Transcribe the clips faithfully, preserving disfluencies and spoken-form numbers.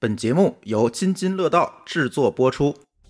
本节目由津津乐道制作播出。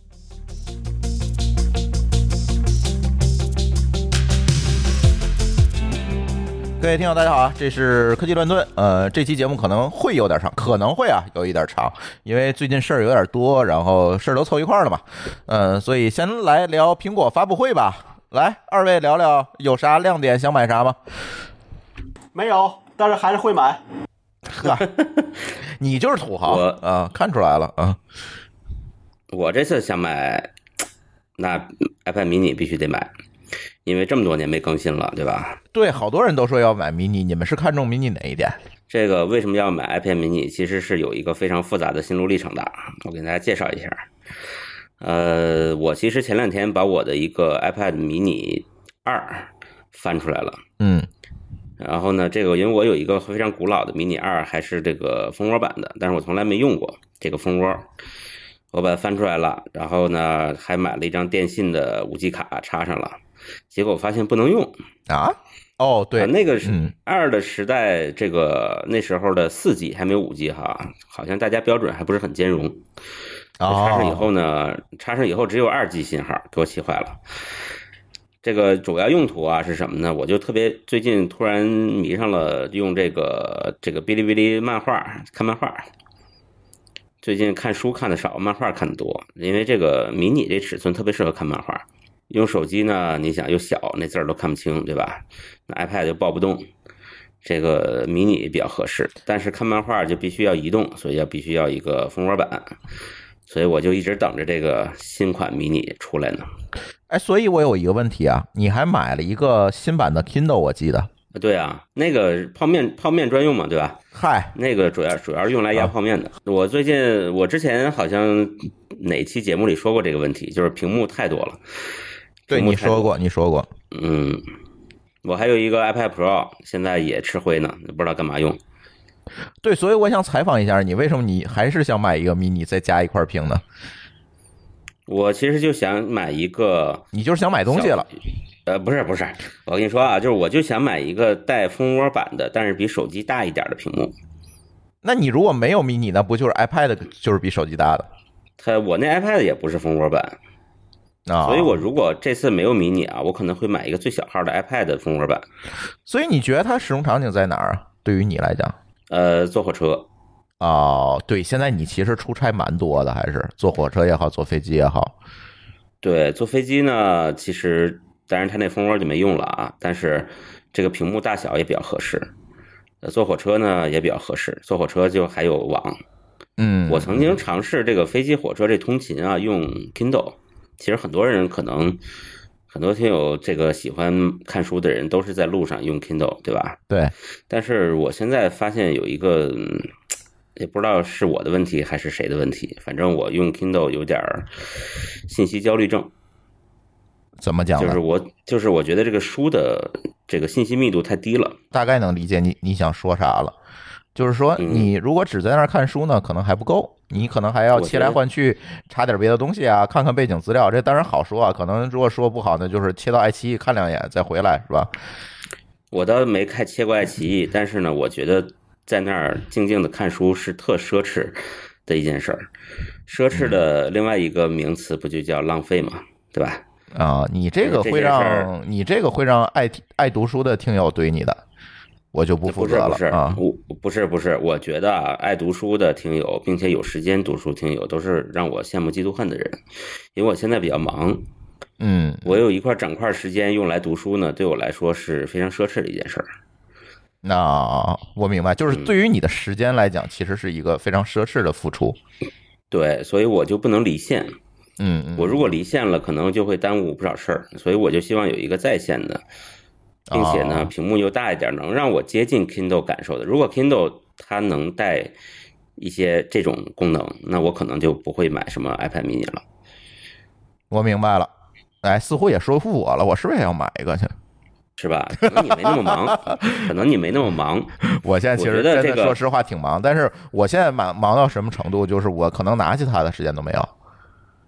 各位听友大家好啊，这是科技乱炖。呃，这期节目可能会有点长，可能会啊有一点长，因为最近事儿有点多，然后事儿都凑一块了嘛。嗯、呃，所以先来聊苹果发布会吧。来，二位聊聊有啥亮点，想买啥吗？ 没有，但是还是会买。 呵，你就是土豪啊，看出来了啊。 我这次想买，那 iPad mini 必须得买。因为这么多年没更新了，对吧？ 对，好多人都说要买 mini， 你们是看中 mini 哪一点？ 这个为什么要买 iPad mini？ 其实是有一个非常复杂的心路历程的，我给大家介绍一下。呃，我其实前两天把我的一个 iPad mini 二翻出来了， 嗯， 然后呢，这个因为我有一个非常古老的 mini 二，还是这个蜂窝版的，但是我从来没用过这个蜂窝。我把它翻出来了，然后呢，还买了一张电信的 五 G 卡插上了。结果我发现不能用啊！哦，对， 啊、那个是二的时代，这个那时候的四 G 还没有五 G 哈，好像大家标准还不是很兼容。插上以后呢，插上以后只有二 G 信号，给我气坏了。这个主要用途啊是什么呢？我就特别最近突然迷上了用这个这个哔哩哔哩漫画看漫画。最近看书看的少，漫画看的多，因为这个迷你这尺寸特别适合看漫画。用手机呢，你想又小，那字儿都看不清，对吧？那 iPad 就抱不动，这个迷你比较合适。但是看漫画就必须要移动，所以要必须要一个蜂窝版，所以我就一直等着这个新款迷你出来呢。 哎，所以我有一个问题啊，你还买了一个新版的 Kindle， 我记得。 对啊，那个泡面泡面专用嘛，对吧？ 嗨， 那个主要主要是用来压泡面的。啊、我最近我之前好像哪期节目里说过这个问题，就是屏幕太多了。 对，你说过，你说过。 嗯，我还有一个 iPad Pro， 现在也吃灰呢，不知道干嘛用。 对，所以我想采访一下你，为什么你还是想买一个 mini 再加一块屏呢？ 我其实就想买一个， 你就是想买东西了。 呃，不是不是，我跟你说啊，就是我就想买一个带蜂窝版的，但是比手机大一点的屏幕。 那你如果没有 mini， 那不就是 iPad 就是比手机大的？ 它我那 iPad 也不是蜂窝版。 啊、 所以我如果这次没有迷你啊，我可能会买一个最小号的 iPad 蜂窝版。 所以你觉得它使用场景在哪儿啊？对于你来讲， 呃，坐火车。 哦，对，现在你其实出差蛮多的，还是坐火车也好，坐飞机也好。 对，坐飞机呢，其实当然它那蜂窝就没用了啊，但是这个屏幕大小也比较合适。呃，坐火车呢也比较合适，坐火车就还有网。 嗯， 我曾经尝试这个飞机火车这通勤啊，用 Kindle。其实很多人可能很多听友这个喜欢看书的人都是在路上用 Kindle， 对吧？ 对。 但是我现在发现有一个，也不知道是我的问题还是谁的问题，反正我用 Kindle 有点信息焦虑症。 怎么讲呢？ 就是我就是我觉得这个书的这个信息密度太低了。 大概能理解你你想说啥了。就是说，你如果只在那儿看书呢，可能还不够，你可能还要切来换去查点别的东西啊，看看背景资料。这当然好说啊，可能如果说不好呢，就是切到爱奇艺看两眼再回来，是吧？ 我倒没看切过爱奇艺，但是呢，我觉得在那儿静静的看书是特奢侈的一件事儿。奢侈的另外一个名词不就叫浪费嘛，对吧？ 啊，你这个会让你这个会让爱爱读书的听友怼你的。我就不负责了。 不是不是啊，我不是不是，我觉得啊，爱读书的听友，并且有时间读书听友，都是让我羡慕嫉妒恨的人。因为我现在比较忙， 嗯， 我有一块整块时间用来读书呢，对我来说是非常奢侈的一件事儿。 那我明白，就是对于你的时间来讲，其实是一个非常奢侈的付出。 对，所以我就不能离线。 嗯， 我如果离线了，可能就会耽误不少事儿，所以我就希望有一个在线的。并且呢，屏幕又大一点，能让我接近 Kindle 感受的。如果 Kindle 它能带一些这种功能，那我可能就不会买什么 iPad mini 了。 我明白了，哎，似乎也说服我了，我是不是也要买一个去？ 是吧？可能你没那么忙，可能你没那么忙。 我现在其实真的说实话挺忙，但是我现在忙忙到什么程度，就是我可能拿起它的时间都没有。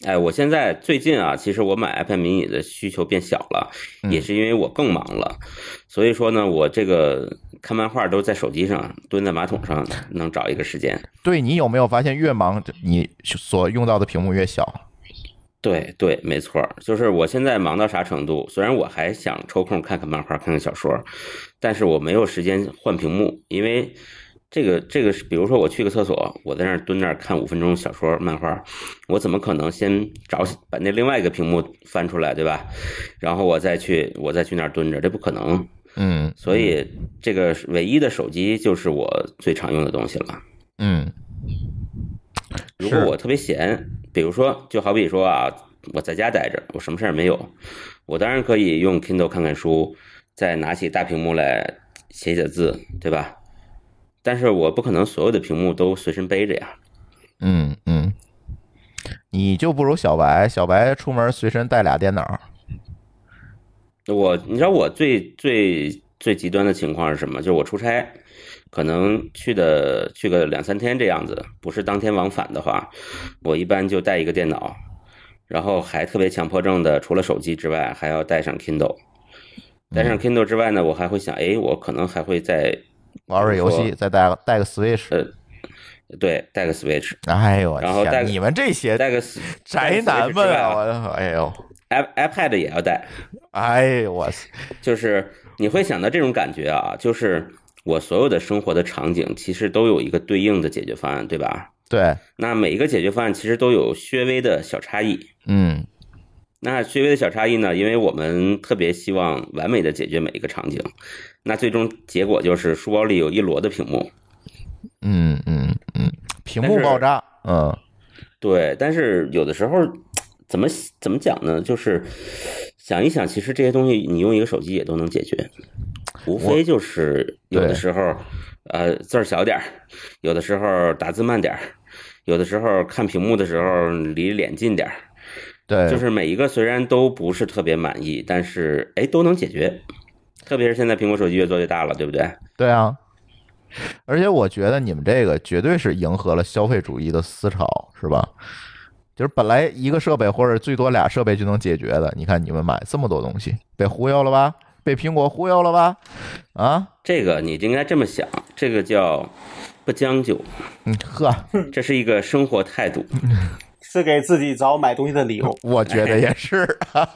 哎，我现在最近啊，其实我买 iPad mini 的需求变小了，也是因为我更忙了，所以说呢，我这个看漫画都在手机上，蹲在马桶上能找一个时间。 对，你有没有发现越忙你所用到的屏幕越小？ 对对，没错，就是我现在忙到啥程度？虽然我还想抽空看看漫画、看看小说，但是我没有时间换屏幕，因为这个这个是，比如说我去个厕所，我在那儿蹲那儿看五分钟小说、漫画，我怎么可能先找把那另外一个屏幕翻出来，对吧？然后我再去我再去那儿蹲着，这不可能。 嗯， 所以这个唯一的手机就是我最常用的东西了。 嗯， 如果我特别闲，比如说就好比说啊，我在家待着，我什么事儿没有，我当然可以用 Kindle 看看书，再拿起大屏幕来写写字，对吧？但是我不可能所有的屏幕都随身背着呀。 嗯嗯，你就不如小白，小白出门随身带俩电脑。 我你知道我最最最极端的情况是什么？就是我出差，可能去的去个两三天这样子，不是当天往返的话，我一般就带一个电脑，然后还特别强迫症的，除了手机之外，还要带上 Kindle。带上 Kindle 之外呢，我还会想，哎，我可能还会再玩玩游戏，再带个带个 Switch。 呃，对，带个 Switch。 哎呦， 然后带你们这些带个宅男们啊，我哎呦 ，iPad 也要带。 哎呦我， 就是你会想到这种感觉啊，就是我所有的生活的场景其实都有一个对应的解决方案，对吧？ 对。 那每一个解决方案其实都有略微的小差异。 嗯。 那略微的小差异呢，因为我们特别希望完美的解决每一个场景，那最终结果就是书包里有一摞的屏幕。 嗯嗯嗯，屏幕爆炸。嗯， 对，但是有的时候怎么怎么讲呢？就是想一想，其实这些东西你用一个手机也都能解决，无非就是有的时候呃字儿小点，有的时候打字慢点，有的时候看屏幕的时候离脸近点。 对， 就是每一个虽然都不是特别满意，但是哎都能解决。特别是现在苹果手机越做越大了，对不对？ 对啊。而且我觉得你们这个绝对是迎合了消费主义的思潮，是吧？就是本来一个设备或者最多俩设备就能解决的，你看你们买这么多东西，被忽悠了吧？被苹果忽悠了吧？啊， 这个你应该这么想，这个叫不将就。 嗯呵， 这是一个生活态度， 是给自己找买东西的理由。 我觉得也是。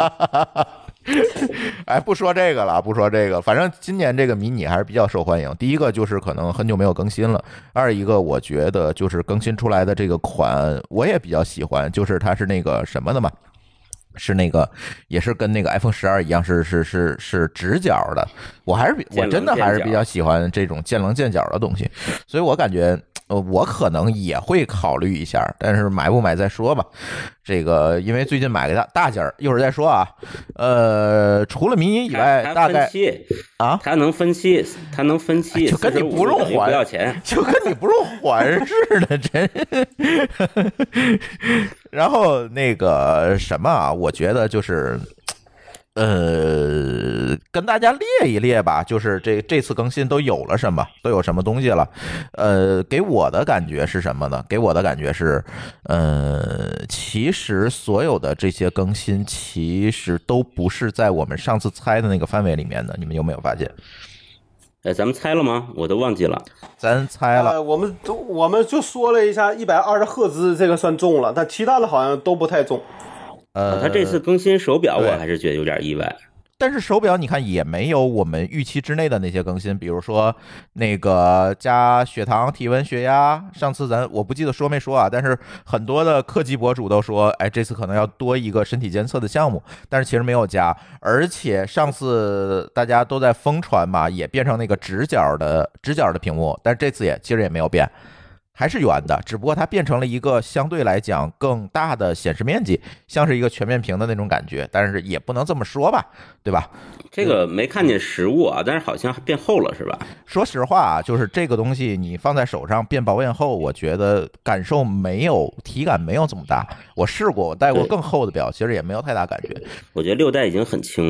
哎，不说这个了，不说这个，反正今年这个迷你还是比较受欢迎。第一个就是可能很久没有更新了，二一个我觉得就是更新出来的这个款我也比较喜欢，就是它是那个什么的嘛，是那个也是跟那个 iPhone 十二一样，是是是是直角的。我还是我真的还是比较喜欢这种见棱见角的东西，所以我感觉呃，我可能也会考虑一下，但是买不买再说吧。这个因为最近买个大大件儿，一会儿再说啊。呃，除了迷你以外，大概啊， 它能分期，它能分期， 就跟你不用还， 不要钱， 就跟你不用还似的，真。然后那个什么啊，我觉得就是。呃，跟大家列一列吧，就是这这次更新都有了什么，都有什么东西了。呃，给我的感觉是什么呢？给我的感觉是，呃，其实所有的这些更新，其实都不是在我们上次猜的那个范围里面的。你们有没有发现？ 哎，咱们猜了吗？我都忘记了。 咱猜了， 呃、我们我们就说了一下一百二十赫兹这个算中了，但其他的好像都不太中。 呃， 他这次更新手表，我还是觉得有点意外。 但是手表你看也没有我们预期之内的那些更新，比如说那个加血糖、体温、血压。上次咱我不记得说没说啊，但是很多的科技博主都说，哎，这次可能要多一个身体监测的项目，但是其实没有加。而且上次大家都在疯传嘛，也变成那个直角的直角的屏幕，但是这次也其实也没有变。还是圆的，只不过它变成了一个相对来讲更大的显示面积，像是一个全面屏的那种感觉，但是也不能这么说吧，对吧？ 这个没看见实物啊，但是好像变厚了，是吧？ 说实话啊，就是这个东西你放在手上变薄变厚，我觉得感受没有体感没有这么大。我试过，我戴过更厚的表，其实也没有太大感觉。 我觉得六代已经很轻了。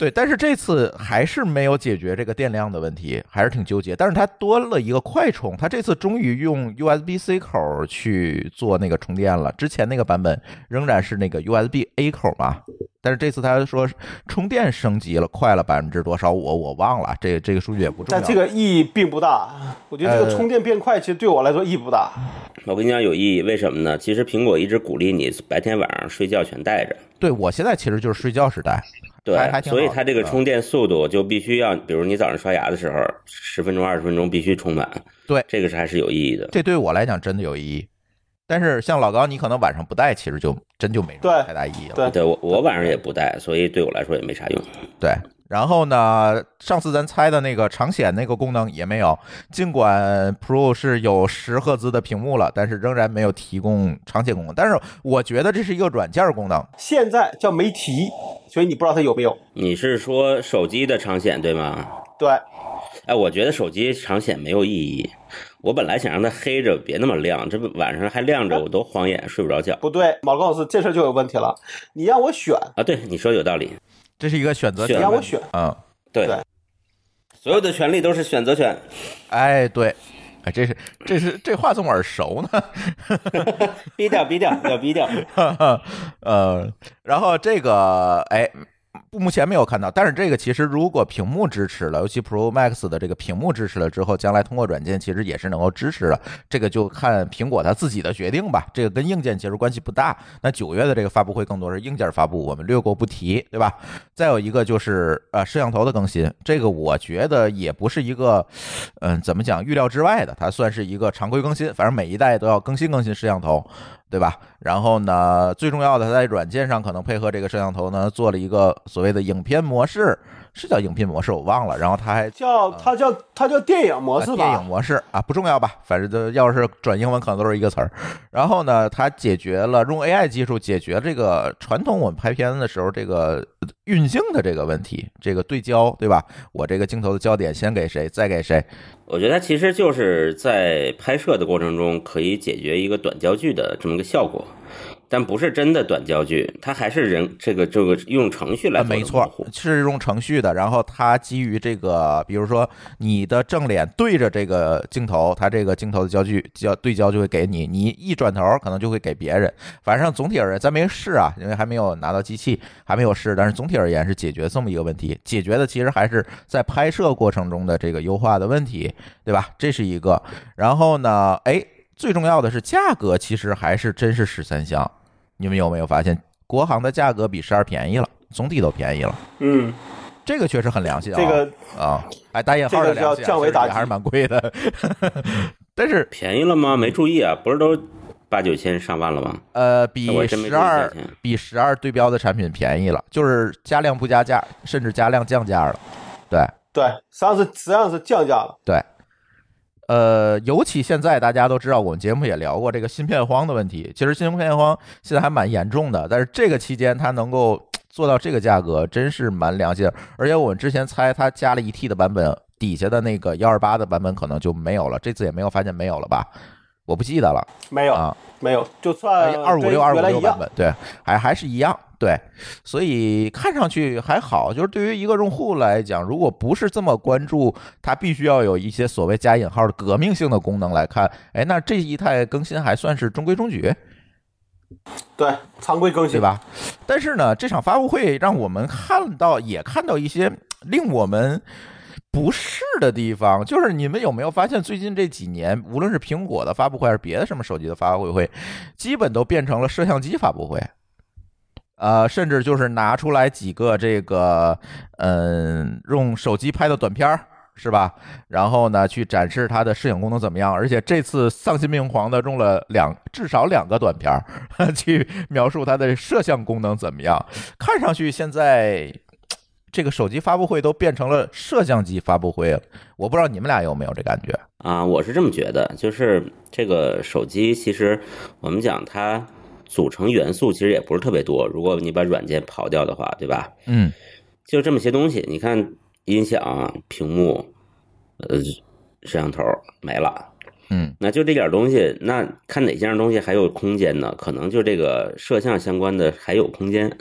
对，但是这次还是没有解决这个电量的问题，还是挺纠结。但是它多了一个快充，它这次终于用 U S B C 口去做那个充电了，之前那个版本仍然是那个 U S B A 口嘛。但是这次他说充电升级了，快了百分之多少，我我忘了，这这个数据也不重要。 但这个意义并不大，我觉得这个充电变快，其实对我来说意义不大。 我跟你讲有意义，为什么呢？其实苹果一直鼓励你白天晚上睡觉全带着。 对，我现在其实就是睡觉时带。 对，所以它这个充电速度就必须要，比如你早上刷牙的时候，十分钟、二十分钟必须充满。 对， 这个是还是有意义的。 这对我来讲真的有意义。但是像老高，你可能晚上不带，其实就真就没什么太大意义了。 对， 对我我晚上也不带，所以对我来说也没啥用。 对，然后呢，上次咱猜的那个长显那个功能也没有，尽管 Pro 是有十赫兹的屏幕了，但是仍然没有提供长显功能。但是我觉得这是一个软件功能， 现在叫没提，所以你不知道它有没有。 你是说手机的长显对吗？ 对。 哎，我觉得手机长显没有意义。我本来想让它黑着，别那么亮，这晚上还亮着，我都晃眼睡不着觉。 不对，毛老师，这事就有问题了。你让我选啊，对，你说的有道理， 这是一个选择权。 你让我选， 嗯， 对，对，所有的权利都是选择权。 哎，对，哎，这是这是这话怎么耳熟呢？ 逼掉，逼掉，要逼掉。 呃，然后这个，哎。目前没有看到，但是这个其实如果屏幕支持了，尤其 Pro Max 的这个屏幕支持了之后，将来通过软件其实也是能够支持的。这个就看苹果它自己的决定吧，这个跟硬件其实关系不大。那九月的这个发布会更多是硬件发布，我们略过不提，对吧？再有一个就是呃摄像头的更新，这个我觉得也不是一个嗯、呃、怎么讲预料之外的，它算是一个常规更新，反正每一代都要更新更新摄像头。对吧？然后呢，最重要的，它在软件上可能配合这个摄像头呢，做了一个所谓的影片模式，是叫影片模式，我忘了。然后它还叫它叫它叫电影模式吧？ 电影模式啊，不重要吧？反正就要是转英文，可能都是一个词儿。然后呢，它解决了用 A I 技术解决这个传统我们拍片的时候这个运镜的这个问题，这个对焦，对吧？我这个镜头的焦点先给谁，再给谁？ 我觉得它其实就是在拍摄的过程中可以解决一个短焦距的这么一个效果，但不是真的短焦距，它还是人这个这个用程序来做的模糊。 没错，是用程序的。然后它基于这个，比如说你的正脸对着这个镜头，它这个镜头的焦距焦对焦就会给你，你一转头可能就会给别人。反正总体而言，咱没试啊，因为还没有拿到机器，还没有试。但是总体而言是解决这么一个问题，解决的其实还是在拍摄过程中的这个优化的问题，对吧？这是一个。然后呢，哎，最重要的是价格，其实还是真是十三香。你们有没有发现，国行的价格比十二便宜了，总体都便宜了。 嗯， 这个确实很良心啊。 这个啊，哎，打引号的良心， 降维打击还是蛮贵的。但是便宜了吗？没注意啊，不是都八九千上万了吗？ 呃，比十二比十二对标的产品便宜了，就是加量不加价，甚至加量降价了。对对，实际上是实际上是降价了。 对。呃，尤其现在大家都知道，我们节目也聊过这个芯片荒的问题。其实芯片荒现在还蛮严重的，但是这个期间它能够做到这个价格，真是蛮良心。而且我们之前猜它加了一 T 的版本，底下的那个一二八的版本可能就没有了，这次也没有发现没有了吧？我不记得了， 没有啊， 没有，就算二五六二五六版本，对，还还是一样。对，所以看上去还好，就是对于一个用户来讲，如果不是这么关注它必须要有一些所谓加引号的革命性的功能来看，哎，那这一代更新还算是中规中矩。 对，常规更新， 对吧？但是呢，这场发布会让我们看到，也看到一些令我们不适的地方。就是你们有没有发现，最近这几年，无论是苹果的发布会还是别的什么手机的发布会，基本都变成了摄像机发布会。呃，甚至就是拿出来几个这个，嗯，用手机拍的短片是吧？然后呢，去展示它的摄影功能怎么样？而且这次丧心病狂的用了两至少两个短片去描述它的摄像功能怎么样。看上去现在这个手机发布会都变成了摄像机发布会了。我不知道你们俩有没有这感觉啊？我是这么觉得，就是这个手机其实我们讲它组成元素其实也不是特别多，如果你把软件刨掉的话，对吧？ 嗯， 就这么些东西。你看音响、屏幕、呃，摄像头没了， 嗯， 那就这点东西。那看哪些样东西还有空间呢？可能就这个摄像相关的还有空间。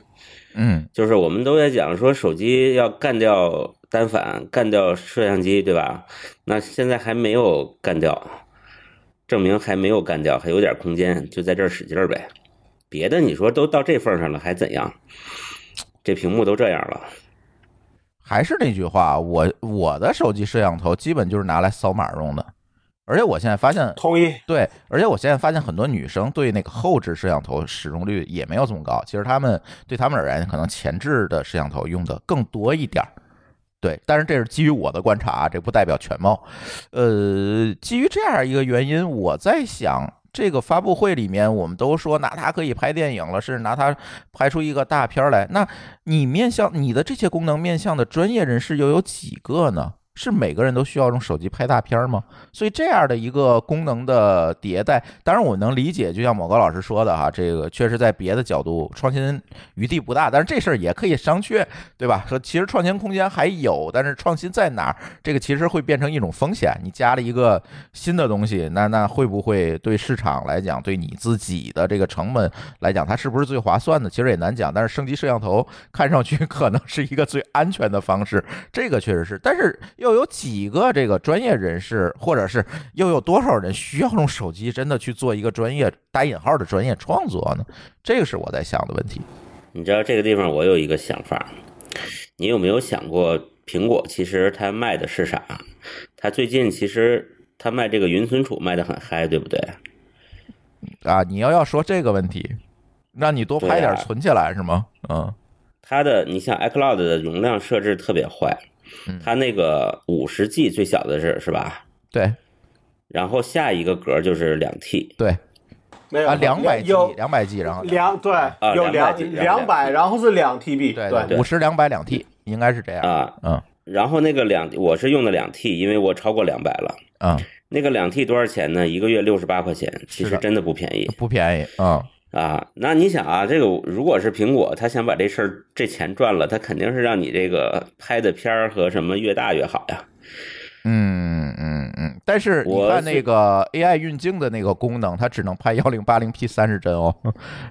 嗯， 就是我们都在讲说手机要干掉单反，干掉摄像机，对吧？那现在还没有干掉，证明还没有干掉，还有点空间，就在这儿使劲儿呗。别的你说都到这份上了，还怎样？这屏幕都这样了。 还是那句话，我我的手机摄像头基本就是拿来扫码用的。而且我现在发现， 同意， 对，而且我现在发现很多女生对那个后置摄像头使用率也没有这么高。其实他们对他们而言，可能前置的摄像头用的更多一点。对，但是这是基于我的观察，这不代表全貌。呃，基于这样一个原因，我在想，这个发布会里面，我们都说拿它可以拍电影了，甚至拿它拍出一个大片来。那你面向你的这些功能面向的专业人士又有几个呢？是每个人都需要用手机拍大片吗？所以这样的一个功能的迭代，当然我能理解，就像某高老师说的哈，这个确实在别的角度创新余地不大，但是这事儿也可以商榷，对吧？说其实创新空间还有，但是创新在哪儿？这个其实会变成一种风险。你加了一个新的东西，那那会不会对市场来讲，对你自己的这个成本来讲，它是不是最划算的？其实也难讲。但是升级摄像头看上去可能是一个最安全的方式，这个确实是，但是又有几个这个专业人士，或者是又有多少人需要用手机真的去做一个专业打引号的专业创作呢？这个是我在想的问题。 你知道这个地方我有一个想法，你有没有想过苹果其实它卖的是啥？它最近其实它卖这个云存储卖的很嗨，对不对？ 啊，你要要说这个问题，让你多拍点存起来是吗？嗯， 它的你像 iCloud 的容量设置特别坏。它那个五十 G 最小的是是吧？ 对。 然后下一个格就是两 T。 对。 没有啊，两百 G， 有两百 G， 然后两对，有两两百，然后是两 T B， 对对，五十、两百、两 T， 应该是这样啊。 嗯。 然后那个两，我是用的两 T， 因为我超过两百了。 嗯。 那个两 T 多少钱呢？一个月六十八块钱，其实真的不便宜， 不便宜。嗯。 啊，那你想啊，这个如果是苹果，他想把这事儿这钱赚了，他肯定是让你这个拍的片儿和什么越大越好呀。 嗯嗯嗯，但是你看那个 A I 运镜的那个功能，它只能拍一零八零 P 三十帧哦。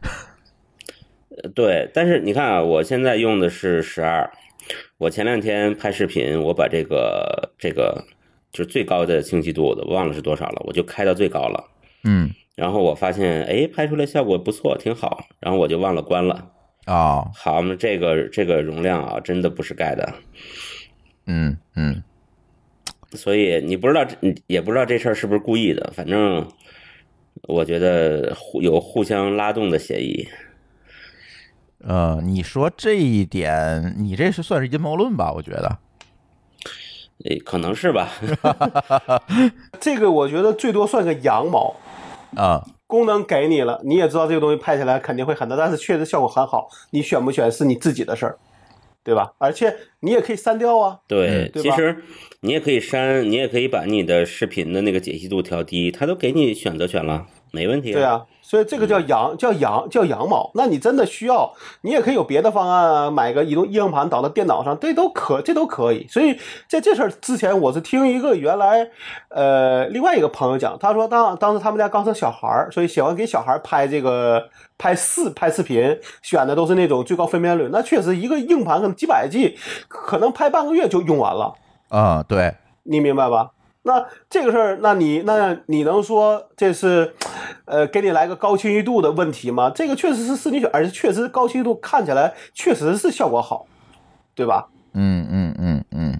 对，但是你看啊，我现在用的是十二，我前两天拍视频，我把这个这个就是最高的清晰度，我忘了是多少了，我就开到最高了。 嗯。 然后我发现，哎，拍出来效果不错，挺好。然后我就忘了关了。 哦， 好，那这个这个容量啊，真的不是盖的。 嗯嗯。 所以你不知道，也不知道这事儿是不是故意的。反正我觉得有互相拉动的嫌疑。 呃，你说这一点，你这是算是阴谋论吧？我觉得。 诶，可能是吧。 这个我觉得最多算个羊毛。 啊， 功能给你了，你也知道这个东西拍起来肯定会很大，但是确实效果很好，你选不选是你自己的事儿，对吧？而且你也可以删掉啊。 对， 对， 其实你也可以删，你也可以把你的视频的那个解析度调低，它都给你选择权了，没问题啊。 对啊，所以这个叫羊，叫羊，叫羊毛。那你真的需要，你也可以有别的方案啊，买个移动硬盘导到电脑上，这都可，这都可以。所以在这事儿之前，我是听一个原来，呃，另外一个朋友讲，他说当当时他们家刚生小孩，所以喜欢给小孩拍这个拍视拍视频，选的都是那种最高分辨率。那确实一个硬盘可能几百 G， 可能拍半个月就用完了。 啊、嗯，对， 你明白吧？那这个事儿，那你那你能说这是，呃，给你来个高清晰度的问题吗？这个确实是是你选，而且确实高清晰度看起来确实是效果好，对吧？ 嗯嗯嗯嗯，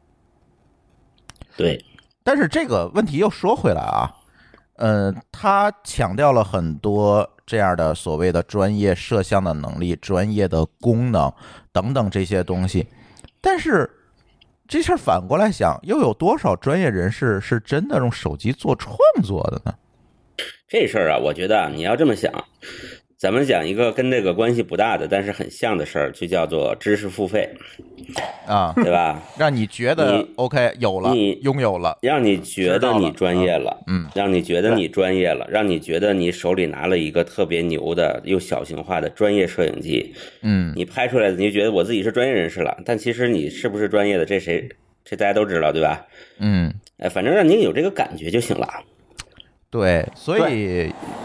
对。 但是这个问题又说回来啊，呃，他强调了很多这样的所谓的专业摄像的能力、专业的功能等等这些东西，但是。这事儿反过来想，又有多少专业人士是真的用手机做创作的呢？ 这事儿啊，我觉得啊，你要这么想，咱们讲一个跟这个关系不大的，但是很像的事儿，就叫做知识付费啊， 对吧？ 让你觉得 OK 有了， 你拥有了， 让你觉得你专业了， 嗯， 让你觉得你专业了，让你觉得你手里拿了一个特别牛的又小型化的专业摄影机， 嗯， 你拍出来的，你就觉得我自己是专业人士了，但其实你是不是专业的，这谁这大家都知道，对吧？ 嗯， 哎，反正让你有这个感觉就行了。 对，所以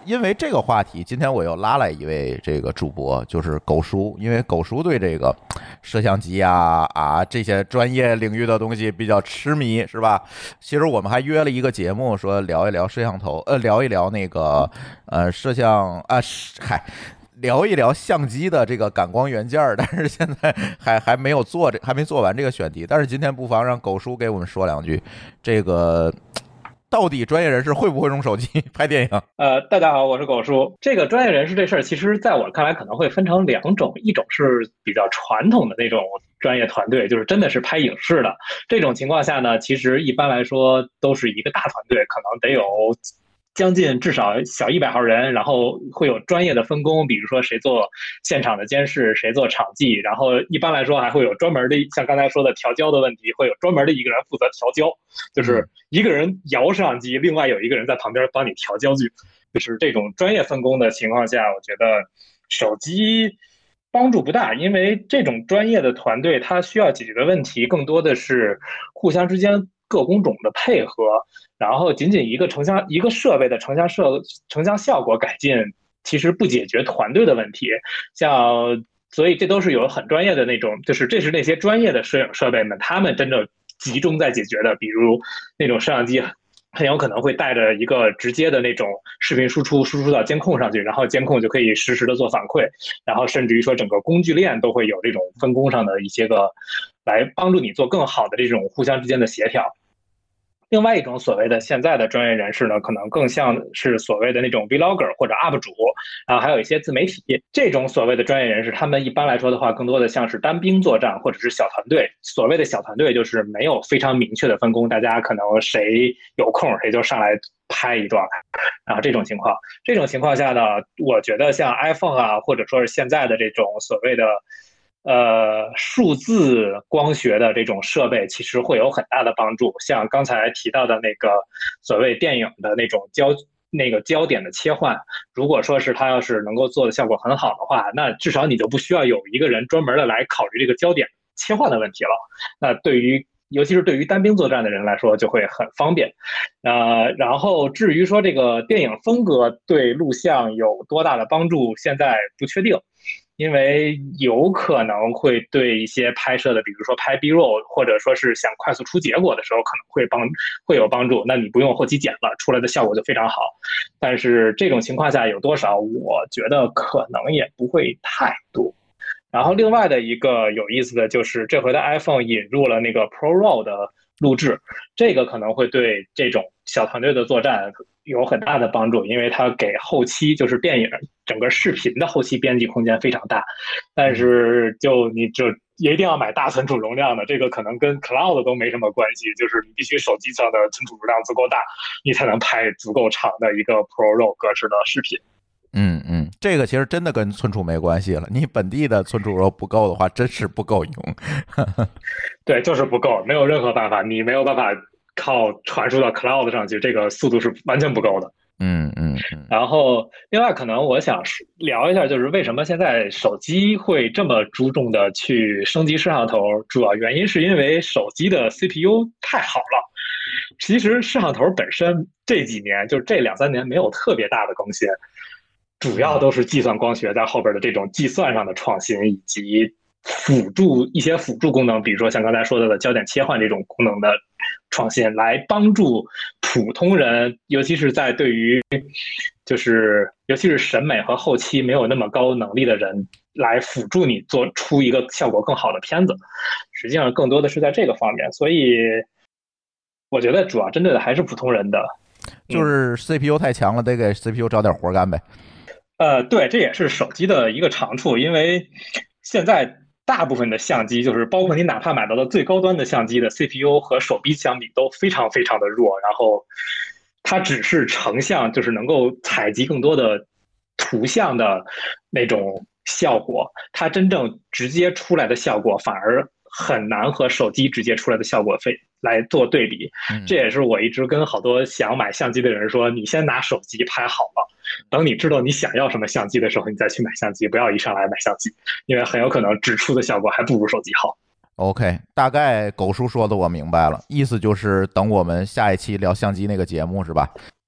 因为这个话题，今天我又拉来一位这个主播，就是狗叔，因为狗叔对这个摄像机啊啊这些专业领域的东西比较痴迷，是吧？其实我们还约了一个节目，说聊一聊摄像头，呃，聊一聊那个呃摄像啊，嗨。聊一聊相机的这个感光元件，但是现在还还没有做这，还没做完这个选题。但是今天不妨让狗叔给我们说两句，这个到底专业人士会不会用手机拍电影？ 呃，大家好，我是狗叔。这个专业人士这事儿，其实在我看来可能会分成两种，一种是比较传统的那种专业团队，就是真的是拍影视的。这种情况下呢，其实一般来说都是一个大团队，可能得有将近至少小一百号人，然后会有专业的分工，比如说谁做现场的监视，谁做场记，然后一般来说还会有专门的，像刚才说的调焦的问题，会有专门的一个人负责调焦，就是一个人摇摄像机，另外有一个人在旁边帮你调焦距，就是这种专业分工的情况下，我觉得手机帮助不大，因为这种专业的团队它需要解决的问题更多的是互相之间各工种的配合，然后仅仅一个成像一个设备的成像摄成像效果改进，其实不解决团队的问题。像所以这都是有很专业的那种，就是这是那些专业的摄影设备们他们真正集中在解决的，比如那种摄像机很有可能会带着一个直接的那种视频输出输出到监控上去，然后监控就可以实时的做反馈，然后甚至于说整个工具链都会有这种分工上的一些个来帮助你做更好的这种互相之间的协调。另外一种所谓的现在的专业人士呢，可能更像是所谓的那种 vlogger 或者 U P 主，然后还有一些自媒体。这种所谓的专业人士，他们一般来说的话，更多的像是单兵作战或者是小团队。所谓的小团队就是没有非常明确的分工，大家可能谁有空谁就上来拍一段，然后这种情况，这种情况下呢，我觉得像 iPhone 啊，或者说是现在的这种所谓的呃，数字光学的这种设备其实会有很大的帮助，像刚才提到的那个所谓电影的那种焦那个焦点的切换，如果说是它要是能够做的效果很好的话，那至少你就不需要有一个人专门的来考虑这个焦点切换的问题了。那对于尤其是对于单兵作战的人来说就会很方便。呃，然后至于说这个电影风格对录像有多大的帮助，现在不确定。因为有可能会对一些拍摄的，比如说拍 B-roll 或者说是想快速出结果的时候，可能会帮会有帮助。那你不用后期剪了，出来的效果就非常好。但是这种情况下有多少，我觉得可能也不会太多。然后另外的一个有意思的就是这回的 iPhone 引入了那个 ProRAW 的录制，这个可能会对这种小团队的作战有很大的帮助，因为它给后期就是电影整个视频的后期编辑空间非常大。但是就你就也一定要买大存储容量的，这个可能跟 Cloud 都没什么关系，就是你必须手机上的存储容量足够大，你才能拍足够长的一个 ProRAW 格式的视频。 嗯嗯，这个其实真的跟存储没关系了，你本地的存储容不够的话，真是不够用。 对，就是不够，没有任何办法，你没有办法靠传输到 Cloud 上去，这个速度是完全不够的。 嗯嗯嗯。 然后另外可能我想聊一下，就是为什么现在手机会这么注重的去升级摄像头，主要原因是因为手机的 C P U 太好了。其实摄像头本身这几年就是这两三年没有特别大的更新，主要都是计算光学在后边的这种计算上的创新，以及辅助一些辅助功能，比如说像刚才说到的焦点切换这种功能的创新，来帮助普通人，尤其是在对于就是尤其是审美和后期没有那么高能力的人，来辅助你做出一个效果更好的片子。实际上更多的是在这个方面，所以我觉得主要针对的还是普通人的， 就是 C P U 太强了，得给 C P U 找点活干呗。 呃，对，这也是手机的一个长处，因为现在大部分的相机，就是包括你哪怕买到的最高端的相机的 C P U 和手臂相比都非常非常的弱，然后它只是成像，就是能够采集更多的图像的那种效果，它真正直接出来的效果反而很难和手机直接出来的效果非来做对比。这也是我一直跟好多想买相机的人说，你先拿手机拍好了，等你知道你想要什么相机的时候，你再去买相机，不要一上来买相机，因为很有可能只出的效果还不如手机好。 OK， 大概狗叔说的我明白了，意思就是等我们下一期聊相机那个节目是吧？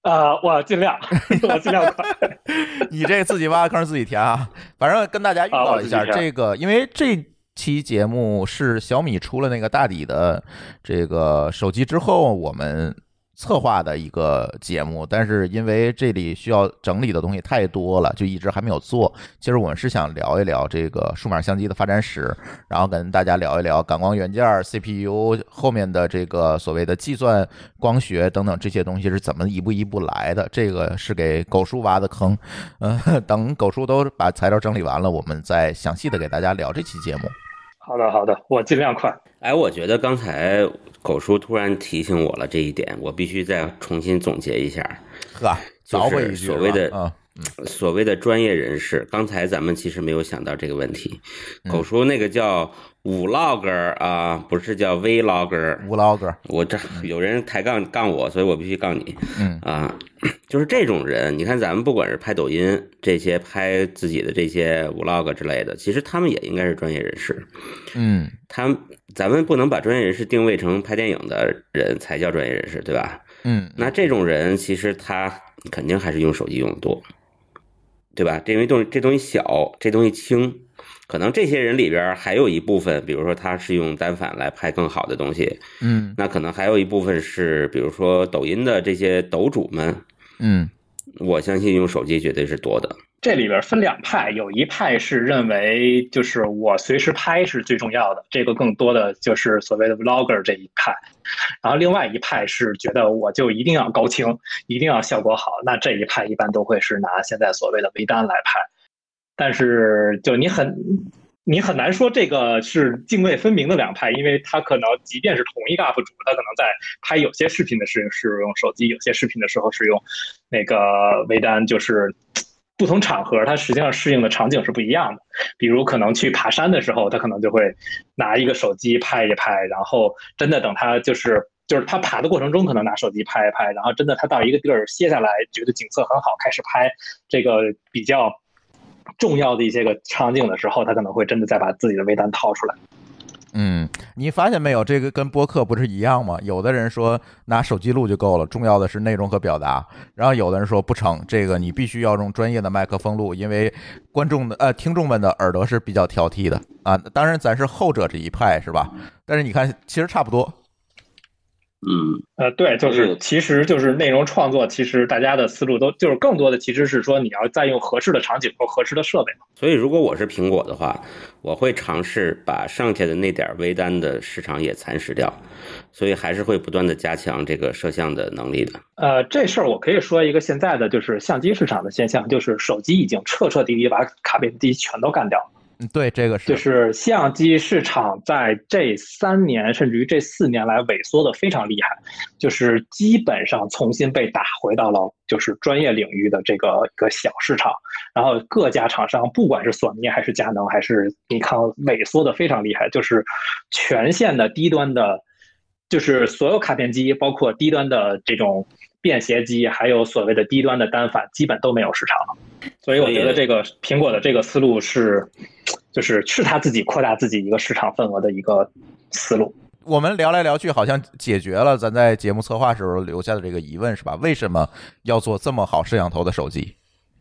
呃，我尽量，我尽量快。 你这自己挖坑自己填啊！反正跟大家预告一下， 啊、 这个因为这期节目是小米出了那个大底的这个手机之后，我们策划的一个节目，但是因为这里需要整理的东西太多了，就一直还没有做。其实我们是想聊一聊这个数码相机的发展史，然后跟大家聊一聊感光元件、C P U 后面的这个所谓的计算光学等等这些东西是怎么一步一步来的。这个是给狗叔挖的坑，嗯、呃，等狗叔都把材料整理完了，我们再详细的给大家聊这期节目。 好的，好的，我尽量快。 哎，我觉得刚才狗叔突然提醒我了这一点，我必须再重新总结一下。 呵， 就是所谓的、 嗯嗯、所谓的专业人士，刚才咱们其实没有想到这个问题。狗叔那个叫Vlogger啊，不是叫 Vlogger。 Vlogger， 我这有人抬杠杠我，所以我必须杠你。 嗯啊，就是这种人，你看咱们不管是拍抖音这些，拍自己的这些 Vlog 之类的，其实他们也应该是专业人士。 嗯， 他们咱们不能把专业人士定位成拍电影的人才叫专业人士，对吧？ 嗯， 那这种人其实他肯定还是用手机用的多，对吧？这因为东西这东西小，这东西轻。可能这些人里边还有一部分，比如说他是用单反来拍更好的东西， 嗯， 那可能还有一部分是，比如说抖音的这些抖主们， 嗯， 我相信用手机绝对是多的。 这里边分两派，有一派是认为就是我随时拍是最重要的，这个更多的就是所谓的 vlogger 这一派，然后另外一派是觉得我就一定要高清，一定要效果好，那这一派一般都会是拿现在所谓的微单来拍。但是就你很你很难说这个是泾渭分明的两派，因为他可能即便是同一个 U P 主，他可能在拍有些视频的时候是用手机，有些视频的时候是用那个微单，就是不同场合它实际上适应的场景是不一样的。比如可能去爬山的时候，他可能就会拿一个手机拍一拍，然后真的等他就是就是他爬的过程中可能拿手机拍一拍，然后真的他到一个地儿歇下来觉得景色很好，开始拍这个比较重要的一些个场景的时候，他可能会真的再把自己的微单掏出来。 嗯，你发现没有，这个跟播客不是一样吗？有的人说拿手机录就够了，重要的是内容和表达，然后有的人说不成，这个你必须要用专业的麦克风录，因为观众的呃听众们的耳朵是比较挑剔的啊。当然咱是后者这一派是吧？但是你看其实差不多。 嗯， 呃，对，就是其实就是内容创作，其实大家的思路都就是更多的其实是说你要再用合适的场景或合适的设备。 所以如果我是苹果的话，我会尝试把剩下的那点微单的市场也蚕食掉，所以还是会不断的加强这个摄像的能力的。 呃，这事儿我可以说一个现在的就是相机市场的现象，就是手机已经彻彻底底把卡片机全都干掉了。 对，这个是就是相机市场在这三年甚至于这四年来萎缩的非常厉害，就是基本上重新被打回到了就是专业领域的这个一个小市场，然后各家厂商不管是索尼还是佳能还是尼康萎缩的非常厉害，就是全线的低端的，就是所有卡片机包括低端的这种便携机还有所谓的低端的单反基本都没有市场了。所以我觉得这个苹果的这个思路是就是是他自己扩大自己一个市场份额的一个思路。 我们聊来聊去好像解决了咱在节目策划时候留下的这个疑问是吧？为什么要做这么好摄像头的手机？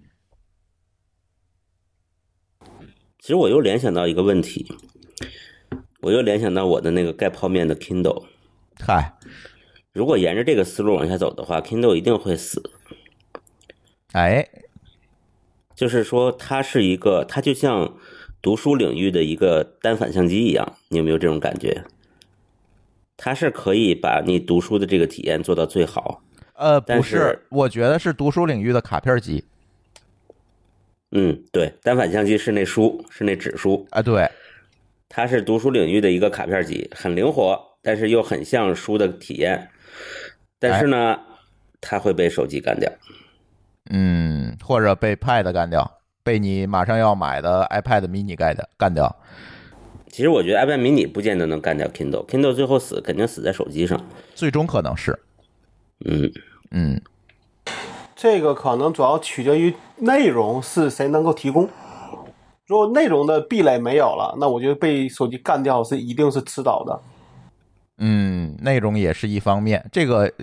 其实我又联想到一个问题，我又联想到我的那个盖泡面的 Kindle。 嗨， 如果沿着这个思路往下走的话 Kindle 一定会死。 哎， 就是说它是一个，它就像读书领域的一个单反相机一样，你有没有这种感觉？它是可以把你读书的这个体验做到最好。 呃，不是， 是，我觉得是读书领域的卡片机。 嗯，对，单反相机是那书，是那纸书啊，对， 它是读书领域的一个卡片机，很灵活，但是又很像书的体验。但是呢，它会被手机干掉。 嗯，或者被 Pad 干掉，被你马上要买的 iPad mini 干掉干掉。 其实我觉得 iPad mini 不见得能干掉 Kindle，Kindle 最后死肯定死在手机上， 最终可能是。 嗯嗯， 这个可能主要取决于内容是谁能够提供。如果内容的壁垒没有了，那我觉得被手机干掉是一定是迟早的。 嗯，内容也是一方面，这个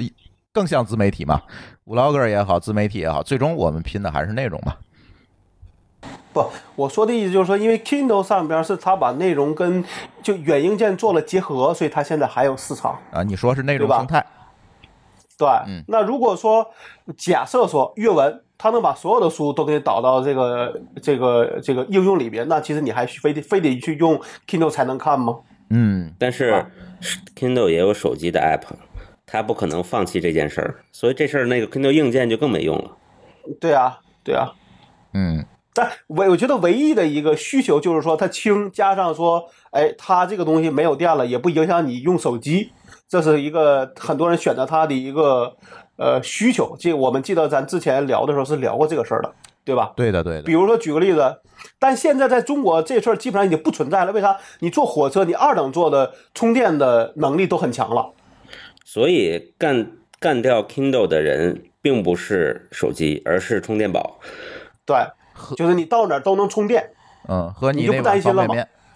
更像自媒体嘛 ，vlogger 也好，自媒体也好，最终我们拼的还是内容嘛。 不，我说的意思就是说，因为 Kindle 上边是它把内容跟就软硬件做了结合，所以它现在还有市场啊。你说是内容生态， 对，嗯。那如果说假设说阅文，它能把所有的书都给你导到这个这个这个应用里边，那其实你还非得非得去用 Kindle 才能看吗？ 嗯， 但是 Kindle 也有手机的 app， 它不可能放弃这件事儿，所以这事儿那个 Kindle 硬件就更没用了。 对啊，对啊， 嗯。 但我我觉得唯一的一个需求就是说它轻，加上说，哎，它这个东西没有电了，也不影响你用手机，这是一个很多人选择它的一个呃需求。这我们记得咱之前聊的时候是聊过这个事儿的，对吧？ 对的，对的。 比如说举个例子，但现在在中国这事儿基本上已经不存在了。为啥？你坐火车，你二等座的充电的能力都很强了。 所以干干掉 Kindle 的人并不是手机，而是充电宝。 对。就是你到哪儿都能充电， 嗯，和你就不担心了吗？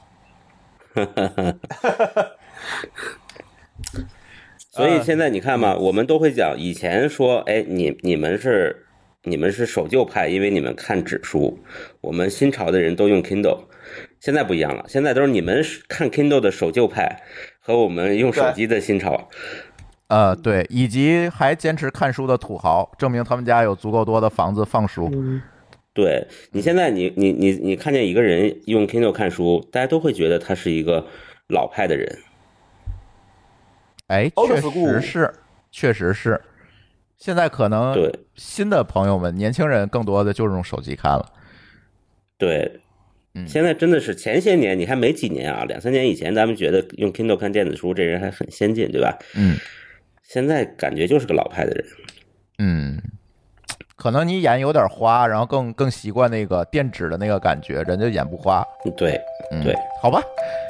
所以现在你看嘛，我们都会讲，以前说，哎，你你们是你们是守旧派，因为你们看纸书，我们新潮的人都用 Kindle， 现在不一样了，现在都是你们看 Kindle 的守旧派和我们用手机的新潮。 呃，对，以及还坚持看书的土豪，证明他们家有足够多的房子放书。 嗯， 对，你现在你你你你看见一个人用 Kindle 看书，大家都会觉得他是一个老派的人。 哎，确实是，确实是。现在可能新的朋友们、年轻人更多的就是用手机看了。 对，现在真的是前些年，你还没几年啊，两三年以前，咱们觉得用 Kindle 看电子书，这人还很先进，对吧？ 嗯。 现在感觉就是个老派的人。 嗯。可能你眼有点花，然后更更习惯那个电子的那个感觉，人家眼不花。 对，对、嗯， 好吧。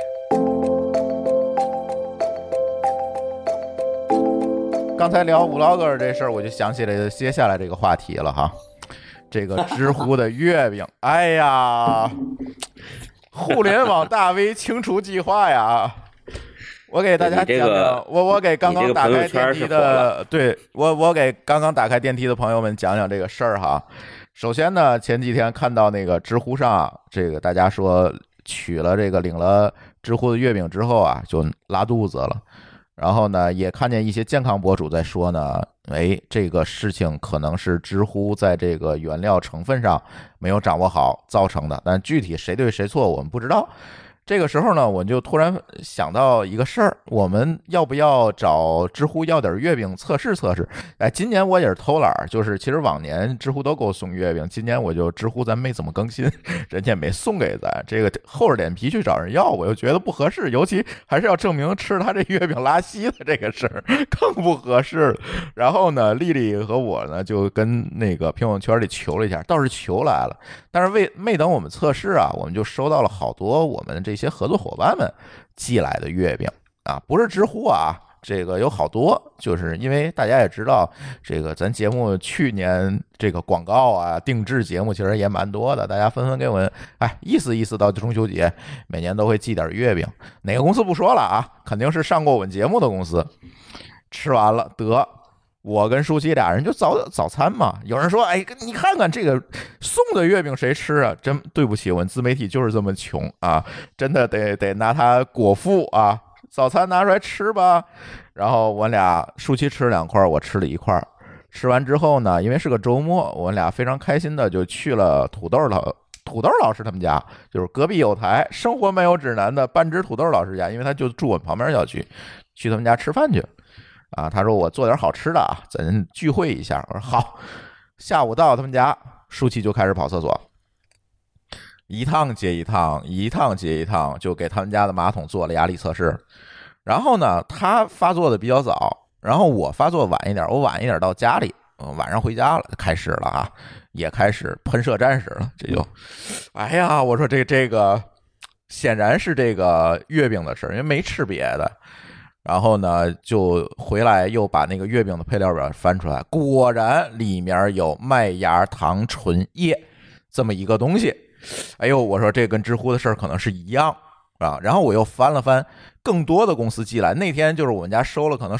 刚才聊 vlogger 这事儿，我就想起来接下来这个话题了哈。这个知乎的月饼，哎呀，互联网大 V 清除计划呀！我给大家讲讲， 这个、 我我给刚刚打开电梯的，对我我给刚刚打开电梯的朋友们讲讲这个事儿哈。首先呢，前几天看到那个知乎上，这个大家说取了这个领了知乎的月饼之后啊，就拉肚子了。然后呢，也看见一些健康博主在说呢，哎，这个事情可能是知乎在这个原料成分上没有掌握好造成的，但具体谁对谁错我们不知道。这个时候呢，我就突然想到一个事儿，我们要不要找知乎要点月饼测试测试？哎，今年我也是偷懒，就是其实往年知乎都给我送月饼，今年我就知乎咱没怎么更新，人家没送给咱，这个厚着脸皮去找人要，我又觉得不合适，尤其还是要证明吃他这月饼拉稀的这个事儿更不合适。然后呢，丽丽和我呢就跟那个评论圈里求了一下，倒是求来了，但是未没等我们测试啊，我们就收到了好多我们这。一些合作伙伴们寄来的月饼啊，不是知乎啊，这个有好多，就是因为大家也知道，这个咱节目去年这个广告啊、定制节目其实也蛮多的，大家纷纷给我们哎意思意思到中秋节，每年都会寄点月饼，哪个公司不说了啊？肯定是上过我们节目的公司，吃完了得。我跟舒淇俩人就早早餐嘛，有人说，哎，你看看这个送的月饼谁吃啊？真对不起，我们自媒体就是这么穷啊，真的得得拿它果腹啊，早餐拿出来吃吧。然后我俩舒淇吃两块，我吃了一块。吃完之后呢，因为是个周末，我俩非常开心的就去了土豆老土豆老师他们家，就是隔壁有台生活漫游指南的半只土豆老师家，因为他就住我们旁边小区，去他们家吃饭去。啊，他说我做点好吃的啊，咱聚会一下。我说好。下午到他们家，舒淇就开始跑厕所，一趟接一趟，一趟接一趟，就给他们家的马桶做了压力测试。然后呢，他发作的比较早，然后我发作晚一点，我晚一点到家里，晚上回家了，开始了啊，也开始喷射战士了。这就，哎呀，我说这这个显然是这个月饼的事，因为没吃别的。然后呢，就回来又把那个月饼的配料表翻出来，果然里面有麦芽糖醇液这么一个东西。哎呦，我说这跟知乎的事儿可能是一样啊。然后我又翻了翻更多的公司寄来，那天就是我们家收了可能十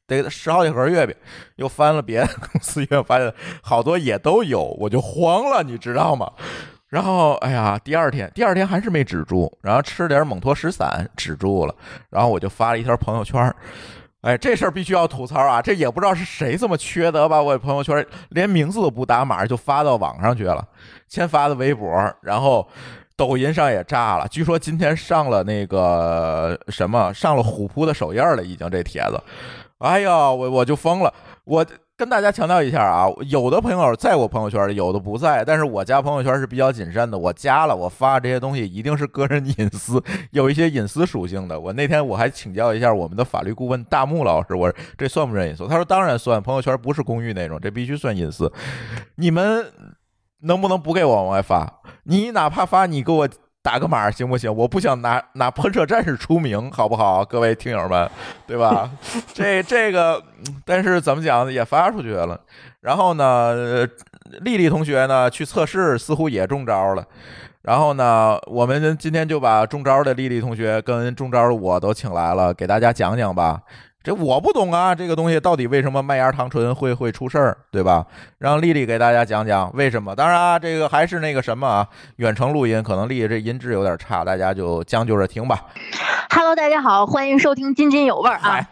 得十好几盒月饼，又翻了别的公司月饼，发现好多也都有，我就慌了，你知道吗？然后哎呀，第二天第二天还是没止住，然后吃点蒙脱石散止住了，然后我就发了一条朋友圈。哎，这事儿必须要吐槽啊！这也不知道是谁这么缺德，把我朋友圈连名字都不打码就发到网上去了，先发的微博，然后抖音上也炸了。据说今天上了那个什么，上了虎扑的首页了，已经这帖子。哎呀，我我就疯了！我跟大家强调一下啊，有的朋友在我朋友圈，有的不在，但是我加朋友圈是比较谨慎的，我加了，我发这些东西一定是个人隐私，有一些隐私属性的。我那天我还请教一下我们的法律顾问大木老师，我说这算不算隐私？他说当然算，朋友圈不是公寓那种，这必须算隐私。你们能不能不给我往外发？你哪怕发，你给我打个码行不行？我不想拿拿喷射战士出名，好不好？各位听友们，对吧？这这个，但是怎么讲也发出去了。然后呢，丽丽同学呢去测试，似乎也中招了。然后呢，我们今天就把中招的丽丽同学跟中招的我都请来了，给大家讲讲吧。这我不懂啊，这个东西到底为什么麦芽糖醇会会出事儿，对吧？让丽丽给大家讲讲为什么。当然啊，这个还是那个什么啊，远程录音，可能丽丽这音质有点差，大家就将就着听吧。 Hello， 大家好，欢迎收听津津有味啊。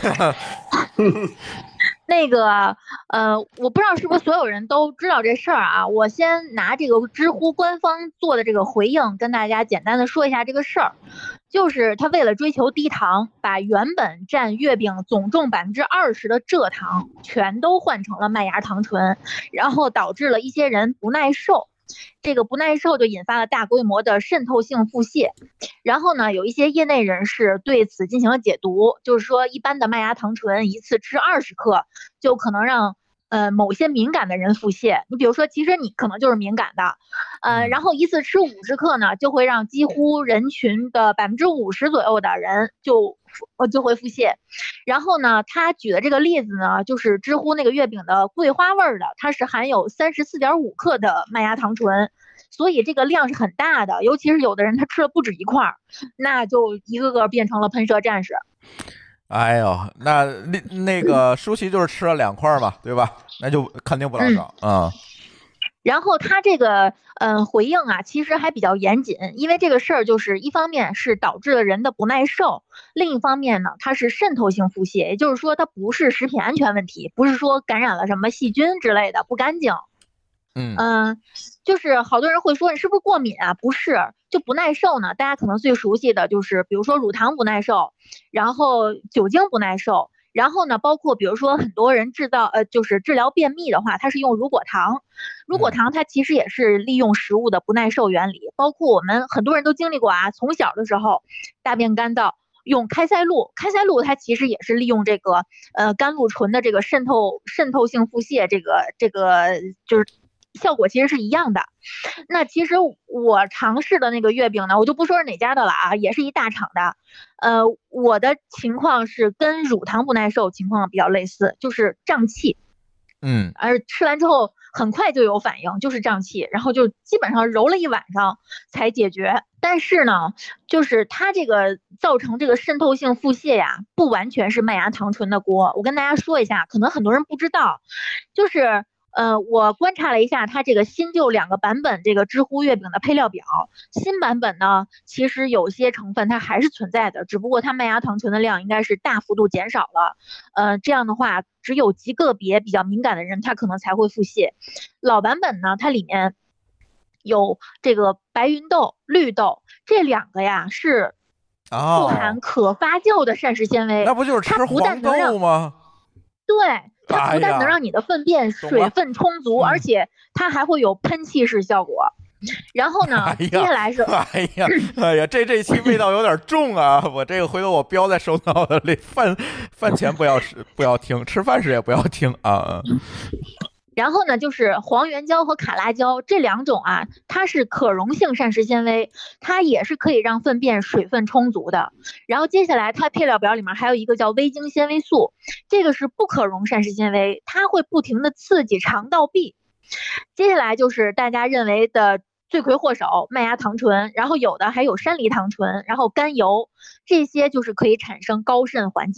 那个呃，我不知道是不是所有人都知道这事儿啊。我先拿这个知乎官方做的这个回应，跟大家简单的说一下这个事儿。就是他为了追求低糖，把原本占月饼总重百分之二十的蔗糖全都换成了麦芽糖醇，然后导致了一些人不耐受。这个不耐受就引发了大规模的渗透性腹泻，然后呢，有一些业内人士对此进行了解读，就是说一般的麦芽糖醇一次吃二十克就可能让呃某些敏感的人腹泻，你比如说其实你可能就是敏感的，呃，然后一次吃五十克呢就会让几乎人群的百分之五十左右的人就呃就会腹泻。然后呢，他举的这个例子呢，就是知乎那个月饼的桂花味的，它是含有三十四点五克的麦芽糖醇，所以这个量是很大的，尤其是有的人他吃了不止一块，那就一个个变成了喷射战士。 哎呦，那那那个舒淇就是吃了两块嘛，对吧？那就肯定不老少啊。嗯然后他这个嗯、呃、回应啊，其实还比较严谨，因为这个事儿就是一方面是导致了人的不耐受，另一方面呢，它是渗透性腹泻，也就是说它不是食品安全问题，不是说感染了什么细菌之类的不干净。 嗯嗯、呃，就是好多人会说你是不是过敏啊？不是，就不耐受呢。大家可能最熟悉的就是，比如说乳糖不耐受，然后酒精不耐受。然后呢，包括比如说很多人制造呃，就是治疗便秘的话，它是用乳果糖。乳果糖它其实也是利用食物的不耐受原理，包括我们很多人都经历过啊，从小的时候大便干燥，用开塞露，开塞露它其实也是利用这个呃甘露醇的这个渗透渗透性腹泻，这个这个就是效果其实是一样的。那其实我尝试的那个月饼呢，我就不说是哪家的了啊，也是一大厂的。呃，我的情况是跟乳糖不耐受情况比较类似，就是胀气。 嗯， 而吃完之后很快就有反应，就是胀气，然后就基本上揉了一晚上才解决。但是呢，就是它这个造成这个渗透性腹泻呀，不完全是麦芽糖醇的锅。我跟大家说一下，可能很多人不知道，就是呃，我观察了一下它这个新旧两个版本这个知乎月饼的配料表，新版本呢，其实有些成分它还是存在的，只不过它麦芽糖醇的量应该是大幅度减少了。呃，这样的话，只有极个别比较敏感的人，他可能才会腹泻。老版本呢，它里面有这个白芸豆、绿豆这两个呀，是富含可发酵的膳食纤维。 那不就是吃黄豆吗？ 对。它不但能让你的粪便水分充足，哎、而且它还会有喷气式效果。然后呢， 哎、 接下来是， 哎呀，哎呀，这这期味道有点重啊！我这个回头我标在手脑子里，饭饭前不要吃，不要听，吃饭时也不要听啊。 然后呢，就是黄原胶和卡拉胶这两种啊，它是可溶性膳食纤维，它也是可以让粪便水分充足的。然后接下来它配料表里面还有一个叫微晶纤维素，这个是不可溶膳食纤维，它会不停的刺激肠道壁。接下来就是大家认为的罪魁祸首麦芽糖醇，然后有的还有山梨糖醇，然后甘油，这些就是可以产生高渗环境。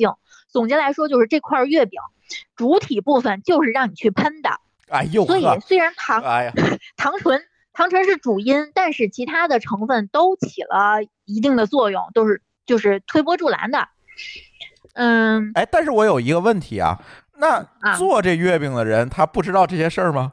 总结来说，就是这块月饼主体部分就是让你去喷的。 哎呦， 所以虽然糖， 哎呀， 糖醇糖醇是主因，但是其他的成分都起了一定的作用，都是就是推波助澜的。嗯， 哎，但是我有一个问题啊，那做这月饼的人、啊、他不知道这些事儿吗？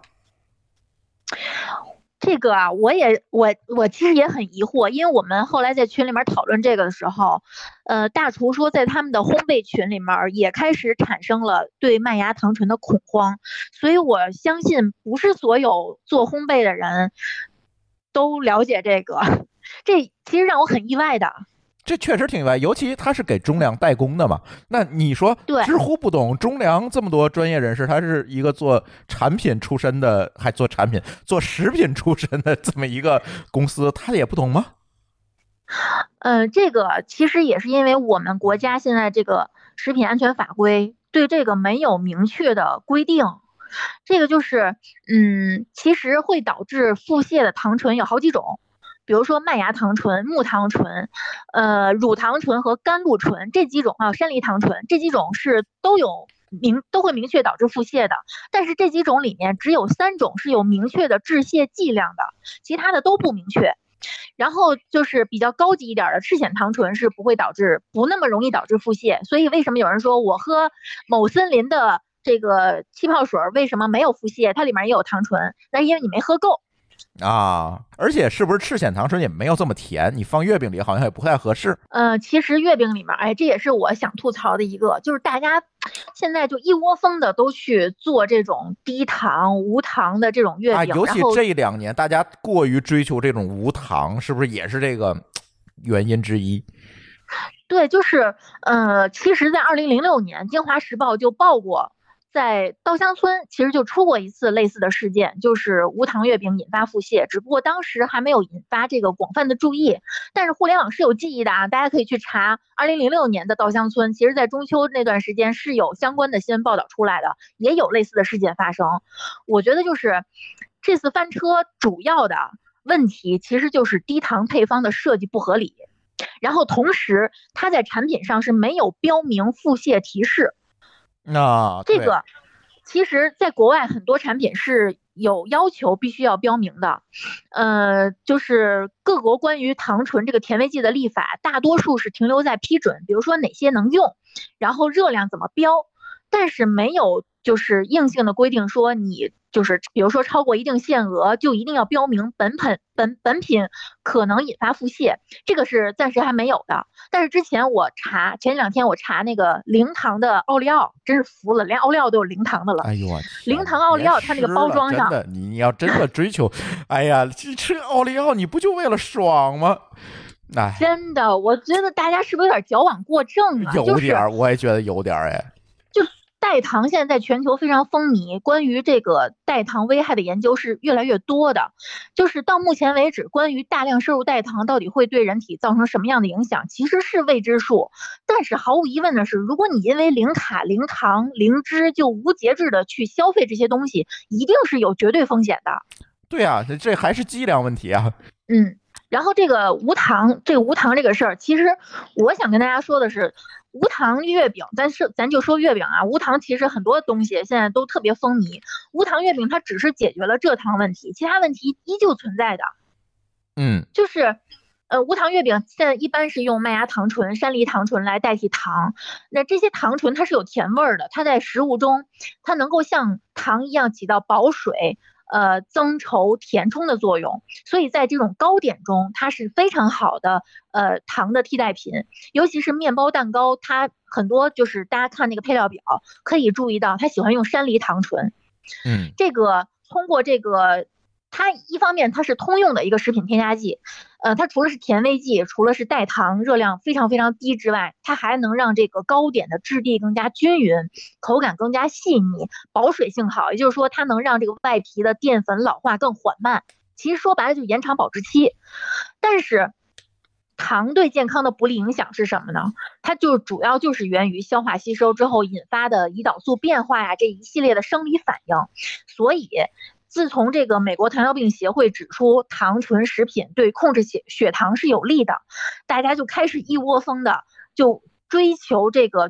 这个啊，我也我我其实也很疑惑，因为我们后来在群里面讨论这个的时候，呃，大厨说在他们的烘焙群里面也开始产生了对麦芽糖醇的恐慌，所以我相信不是所有做烘焙的人都了解这个，这其实让我很意外的。 这确实挺意外，尤其他是给中粮代工的嘛。那你说，知乎不懂，中粮这么多专业人士，他是一个做产品出身的，还做产品、做食品出身的这么一个公司，他也不懂吗？ 呃，这个其实也是因为我们国家现在这个食品安全法规对这个没有明确的规定。这个就是，嗯，其实会导致腹泻的糖醇有好几种。比如说麦芽糖醇、木糖醇、呃乳糖醇和甘露醇这几种啊，山梨糖醇这几种是都有明都会明确导致腹泻的，但是这几种里面只有三种是有明确的致泻剂量的，其他的都不明确。然后就是比较高级一点的赤藓糖醇是不会导致不那么容易导致腹泻，所以为什么有人说我喝某森林的这个气泡水为什么没有腹泻？它里面也有糖醇，那因为你没喝够。 啊，而且是不是赤藓糖醇也没有这么甜？你放月饼里好像也不太合适。 呃，其实月饼里面，哎，这也是我想吐槽的一个，就是大家现在就一窝蜂的都去做这种低糖、无糖的这种月饼， 啊，尤其这两年大家过于追求这种无糖，是不是也是这个原因之一？ 对，就是呃，其实，在二零零六年，《京华时报》就报过。在稻香村其实就出过一次类似的事件，就是无糖月饼引发腹泻，只不过当时还没有引发这个广泛的注意。但是互联网是有记忆的啊，大家可以去查二零零六年的稻香村，其实在中秋那段时间是有相关的新闻报道出来的，也有类似的事件发生。我觉得就是这次翻车主要的问题其实就是低糖配方的设计不合理，然后同时它在产品上是没有标明腹泻提示。 那、啊、 这个其实在国外很多产品是有要求必须要标明的，呃，就是各国关于糖醇这个甜味剂的立法大多数是停留在批准，比如说哪些能用，然后热量怎么标，但是没有就是硬性的规定说你就是比如说超过一定限额就一定要标明本品本本品可能引发腹泻，这个是暂时还没有的。但是之前我查前两天我查那个零糖的奥利奥，真是服了，连奥利奥都有零糖的了。 哎呦我零糖奥利奥它那个包装上， 真的你你要真的追求，哎呀，吃奥利奥你不就为了爽吗？哎， 真的，我觉得大家是不是有点矫枉过正啊？ 有点、 就是， 我也觉得有点哎。 就代糖现在在全球非常风靡，关于这个代糖危害的研究是越来越多的。就是到目前为止，关于大量摄入代糖到底会对人体造成什么样的影响，其实是未知数。但是毫无疑问的是，如果你因为零卡、零糖、零脂就无节制的去消费这些东西，一定是有绝对风险的。 对啊，这还是剂量问题啊。 嗯。然后这个无糖，这个无糖这个事儿，其实我想跟大家说的是，无糖月饼，咱是咱就说月饼啊，无糖其实很多东西现在都特别风靡，无糖月饼它只是解决了蔗糖问题，其他问题依旧存在的。 嗯， 就是呃，无糖月饼现在一般是用麦芽糖醇、山梨糖醇来代替糖，那这些糖醇它是有甜味儿的，它在食物中它能够像糖一样起到保水。呃，增稠填充的作用，所以在这种糕点中，它是非常好的呃糖的替代品，尤其是面包、蛋糕，它很多就是大家看那个配料表可以注意到，它喜欢用山梨糖醇。 嗯， 这个通过这个，它一方面它是通用的一个食品添加剂，呃，它除了是甜味剂，除了是代糖，热量非常非常低之外，它还能让这个糕点的质地更加均匀，口感更加细腻，保水性好，也就是说它能让这个外皮的淀粉老化更缓慢。其实说白了就是延长保质期。但是糖对健康的不利影响是什么呢？它就主要就是源于消化吸收之后引发的胰岛素变化呀，这一系列的生理反应。所以自从这个美国糖尿病协会指出糖醇食品对控制血血糖是有利的，大家就开始一窝蜂的就追求这个，就是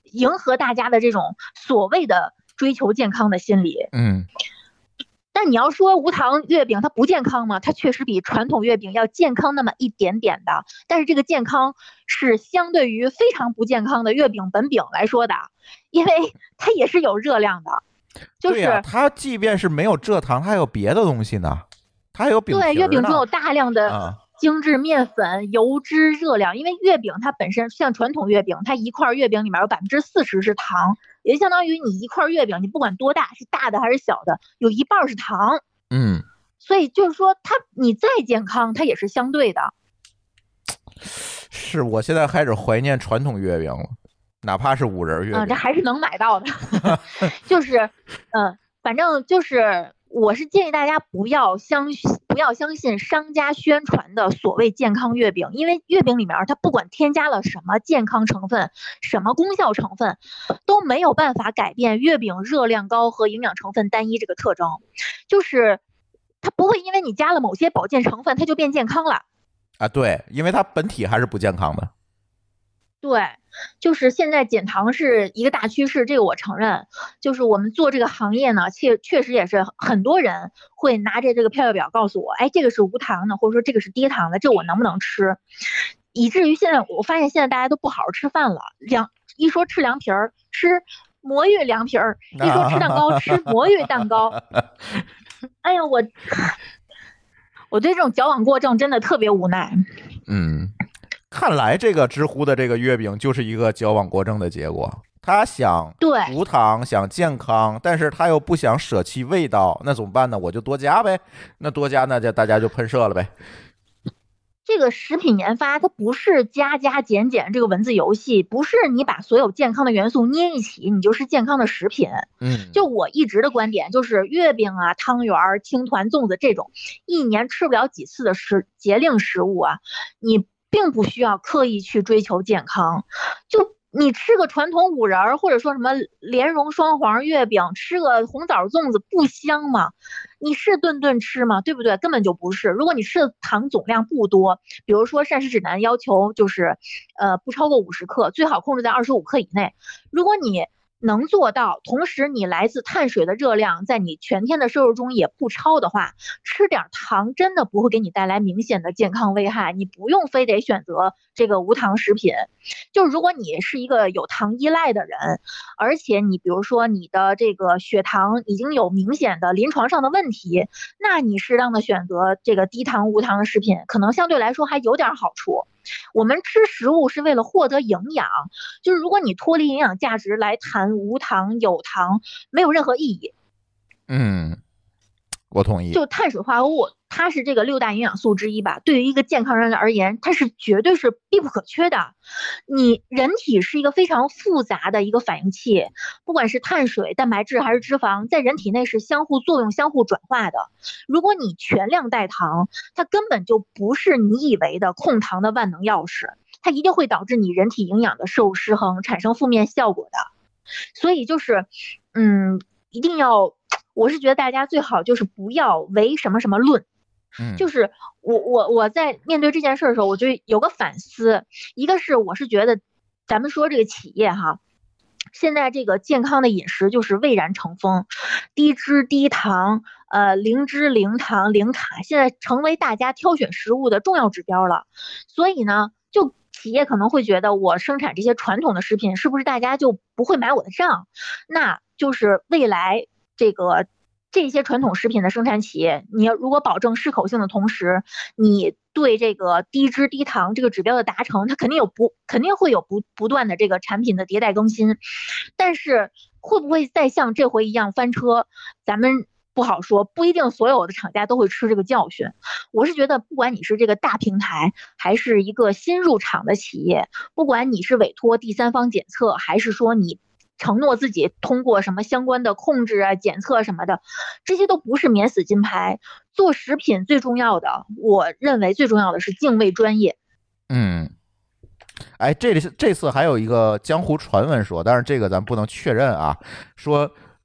迎合大家的这种所谓的追求健康的心理。 嗯。 但你要说无糖月饼它不健康吗？它确实比传统月饼要健康那么一点点的，但是这个健康是相对于非常不健康的月饼本饼来说的，因为它也是有热量的。就是对呀，它即便是没有蔗糖，它还有别的东西呢，它还有饼皮呢。 对，月饼中有大量的精致面粉、油脂、热量，因为月饼它本身像传统月饼，它一块月饼里面有百分之四十是糖。也相当于你一块月饼，你不管多大，是大的还是小的，有一半是糖。 嗯， 所以就是说，它你再健康，它也是相对的。 是我现在开始怀念传统月饼了，哪怕是五仁月饼， 嗯，这还是能买到的。就是，嗯，反正就是。我是建议大家不要相不要相信商家宣传的所谓健康月饼，因为月饼里面它不管添加了什么健康成分、什么功效成分，都没有办法改变月饼热量高和营养成分单一这个特征。就是它不会因为你加了某些保健成分，它就变健康了啊。对，因为它本体还是不健康的。 对，就是现在减糖是一个大趋势，这个我承认。就是我们做这个行业呢，确确实也是很多人会拿着这个配料表告诉我，哎，这个是无糖的，或者说这个是低糖的，这我能不能吃？以至于现在我发现现在大家都不好好吃饭了，凉一说吃凉皮儿，吃魔芋凉皮儿；一说吃蛋糕，吃魔芋蛋糕。哎呀，我我对这种矫枉过正真的特别无奈。 嗯。看来这个知乎的这个月饼就是一个矫枉过正的结果。他想无糖，想健康，但是他又不想舍弃味道，那怎么办呢？我就多加呗。那多加，那就大家就喷射了呗。 这个食品研发它不是加加减减这个文字游戏，不是你把所有健康的元素捏一起，你就是健康的食品。 嗯， 就我一直的观点就是月饼啊、汤圆、青团、粽子这种一年吃不了几次的食节令食物啊，你并不需要刻意去追求健康。就你吃个传统五仁或者说什么莲蓉双黄月饼，吃个红枣粽子不香吗？你是顿顿吃吗？对不对？根本就不是。如果你吃的糖总量不多，比如说膳食指南要求就是呃不超过五十克，最好控制在二十五克以内。如果你能做到，同时你来自碳水的热量在你全天的摄入中也不超的话，吃点糖真的不会给你带来明显的健康危害。你不用非得选择这个无糖食品。就如果你是一个有糖依赖的人，而且你比如说你的这个血糖已经有明显的临床上的问题，那你适当的选择这个低糖无糖的食品，可能相对来说还有点好处。我们吃食物是为了获得营养，就是如果你脱离营养价值来谈无糖有糖，没有任何意义。 嗯，我同意。 就碳水化合物，它是这个六大营养素之一吧，对于一个健康人而言，它是绝对是必不可缺的。你人体是一个非常复杂的一个反应器，不管是碳水、蛋白质还是脂肪，在人体内是相互作用、相互转化的。如果你全量代糖，它根本就不是你以为的控糖的万能钥匙，它一定会导致你人体营养的摄入失衡，产生负面效果的。所以就是，嗯，一定要，我是觉得大家最好就是不要唯什么什么论。 嗯， 就是我我我在面对这件事的时候，我就有个反思。一个是我是觉得，咱们说这个企业哈，现在这个健康的饮食就是蔚然成风，低脂低糖，呃，零脂零糖零卡，现在成为大家挑选食物的重要指标了。所以呢，就企业可能会觉得，我生产这些传统的食品，是不是大家就不会买我的账？那就是未来这个。这些传统食品的生产企业，你要如果保证适口性的同时，你对这个低脂低糖这个指标的达成，它肯定有不肯定会有不不断的这个产品的迭代更新，但是会不会再像这回一样翻车，咱们不好说，不一定所有的厂家都会吃这个教训。我是觉得，不管你是这个大平台，还是一个新入场的企业，不管你是委托第三方检测，还是说你承诺自己通过什么相关的控制啊、检测什么的，这些都不是免死金牌。做食品最重要的，我认为最重要的是敬畏专业。 嗯，哎，这里这次还有一个江湖传闻说，但是这个咱不能确认啊，说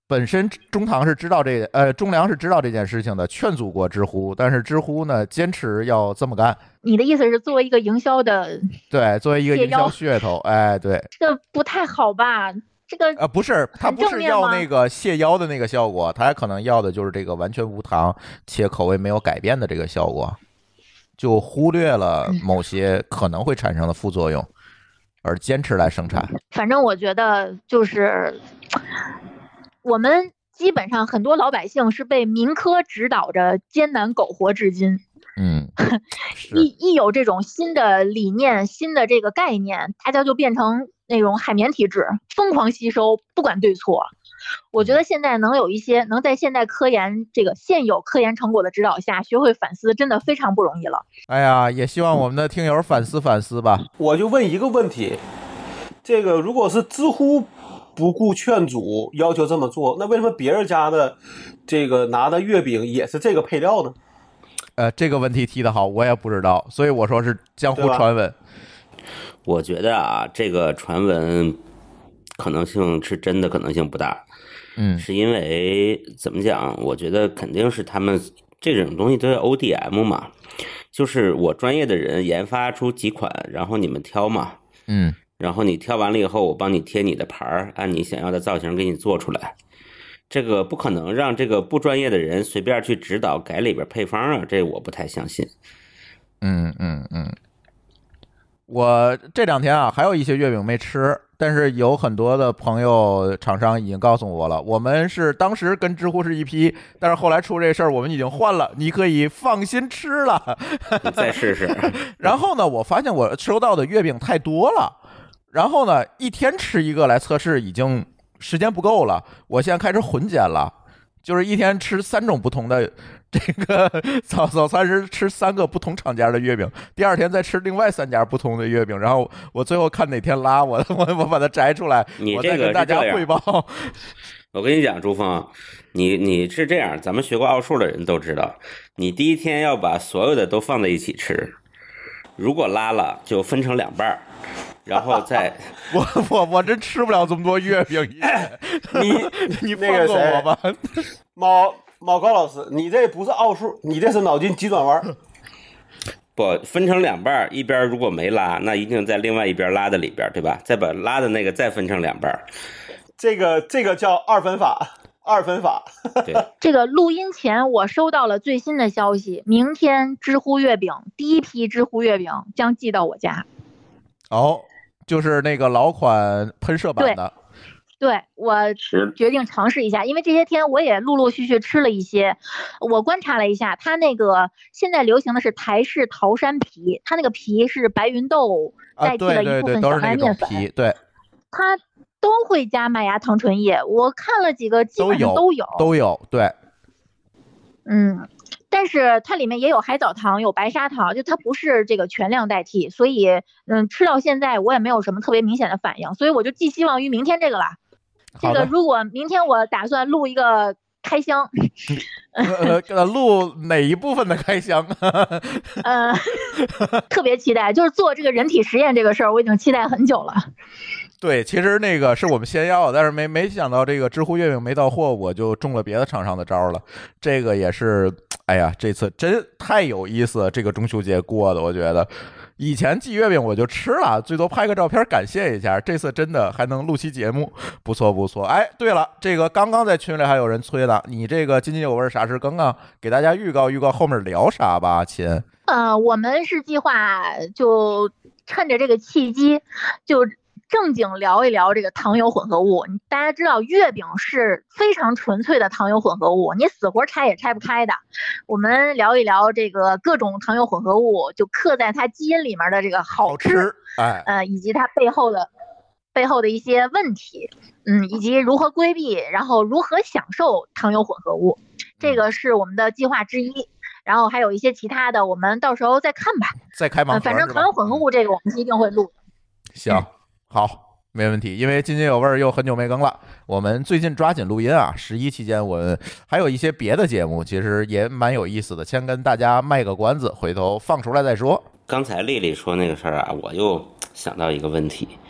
本身中堂是知道这呃中粮是知道这件事情的，劝阻过知乎，但是知乎呢坚持要这么干。 你的意思是作为一个营销的， 对，作为一个营销噱头，哎，对， 这个不太好吧？这个呃不是，他不是要那个泻腰的那个效果，他可能要的就是这个完全无糖且口味没有改变的这个效果，就忽略了某些可能会产生的副作用，而坚持来生产。 反正我觉得就是我们基本上很多老百姓是被民科指导着艰难苟活至今。 嗯， 一一有这种新的理念、新的这个概念，大家就变成那种海绵体质，疯狂吸收，不管对错。我觉得现在能有一些能在现代科研这个现有科研成果的指导下学会反思，真的非常不容易了。 哎呀，也希望我们的听友反思反思吧。 我就问一个问题，这个如果是知乎不顾劝阻要求这么做，那为什么别人家的这个拿的月饼也是这个配料呢？ 呃，这个问题提得好，我也不知道，所以我说是江湖传闻。 我觉得啊，这个传闻可能性是真的，可能性不大。 嗯， 是因为怎么讲？我觉得肯定是他们这种东西都要 O D M 嘛，就是我专业的人研发出几款，然后你们挑嘛。 嗯， 然后你挑完了以后，我帮你贴你的牌儿，按你想要的造型给你做出来。这个不可能让这个不专业的人随便去指导改里边配方啊，这我不太相信。 嗯嗯嗯，我这两天啊还有一些月饼没吃，但是有很多的朋友厂商已经告诉我了，我们是当时跟知乎是一批，但是后来出这事儿我们已经换了，你可以放心吃了。 你再试试。 然后呢，我发现我收到的月饼太多了，然后呢一天吃一个来测试已经时间不够了，我现在开始混剪了，就是一天吃三种不同的这个早早餐是吃三个不同厂家的月饼，第二天再吃另外三家不同的月饼，然后我最后看哪天拉我我我把它摘出来， 你我再跟大家汇报。 我跟你讲，朱峰，你你是这样，咱们学过奥数的人都知道，你第一天要把所有的都放在一起吃，如果拉了就分成两半，然后再我我我真吃不了这么多月饼， 你你放过我吧。 猫猫高老师，你这不是奥数，你这是脑筋急转弯。 不分成两半，一边如果没拉，那一定在另外一边拉的里边，对吧？再把拉的那个再分成两半。 这个这个叫二分法，二分法。 对， 这个录音前我收到了最新的消息，明天知乎月饼第一批知乎月饼将寄到我家。 哦，就是那个老款喷射版的。 对，对我决定尝试一下，因为这些天我也陆陆续续吃了一些，我观察了一下，它那个现在流行的是台式桃山皮，它那个皮是白云豆代替了一部分小麦面粉， 啊、对, 对, 对, 对， 它都会加麦芽糖醇液，我看了几个基本上都有， 都有，都有，对， 嗯。但是它里面也有海藻糖，有白砂糖，就它不是这个全量代替，所以嗯，吃到现在我也没有什么特别明显的反应，所以我就寄希望于明天这个啦。这个如果明天我打算录一个开箱， 呃，录哪一部分的开箱？ 呃，特别期待，就是做这个人体实验这个事儿，我已经期待很久了。 对，其实那个是我们先要，但是没没想到这个知乎月饼没到货，我就中了别的厂商的招了。这个也是，哎呀，这次真太有意思了，这个中秋节过的，我觉得。以前寄月饼我就吃了，最多拍个照片感谢一下，这次真的还能录期节目，不错不错。哎，对了，这个刚刚在群里还有人催呢，你这个津津有味啥时更啊？给大家预告预告后面聊啥吧，亲。 呃，我们是计划就趁着这个契机就正经聊一聊这个糖油混合物。大家知道月饼是非常纯粹的糖油混合物，你死活拆也拆不开的。我们聊一聊这个各种糖油混合物就刻在它基因里面的这个好吃， 好吃哎， 呃，以及它背后的背后的一些问题，嗯，以及如何规避，然后如何享受糖油混合物，这个是我们的计划之一。然后还有一些其他的，我们到时候再看吧。 再开盲盒、呃、 反正糖油混合物这个我们是一定会录的。 行。嗯好，没问题，因为津津有味又很久没更了，我们最近抓紧录音啊。十一期间我们还有一些别的节目，其实也蛮有意思的，先跟大家卖个关子，回头放出来再说。 刚才丽丽说那个事儿啊，我又想到一个问题，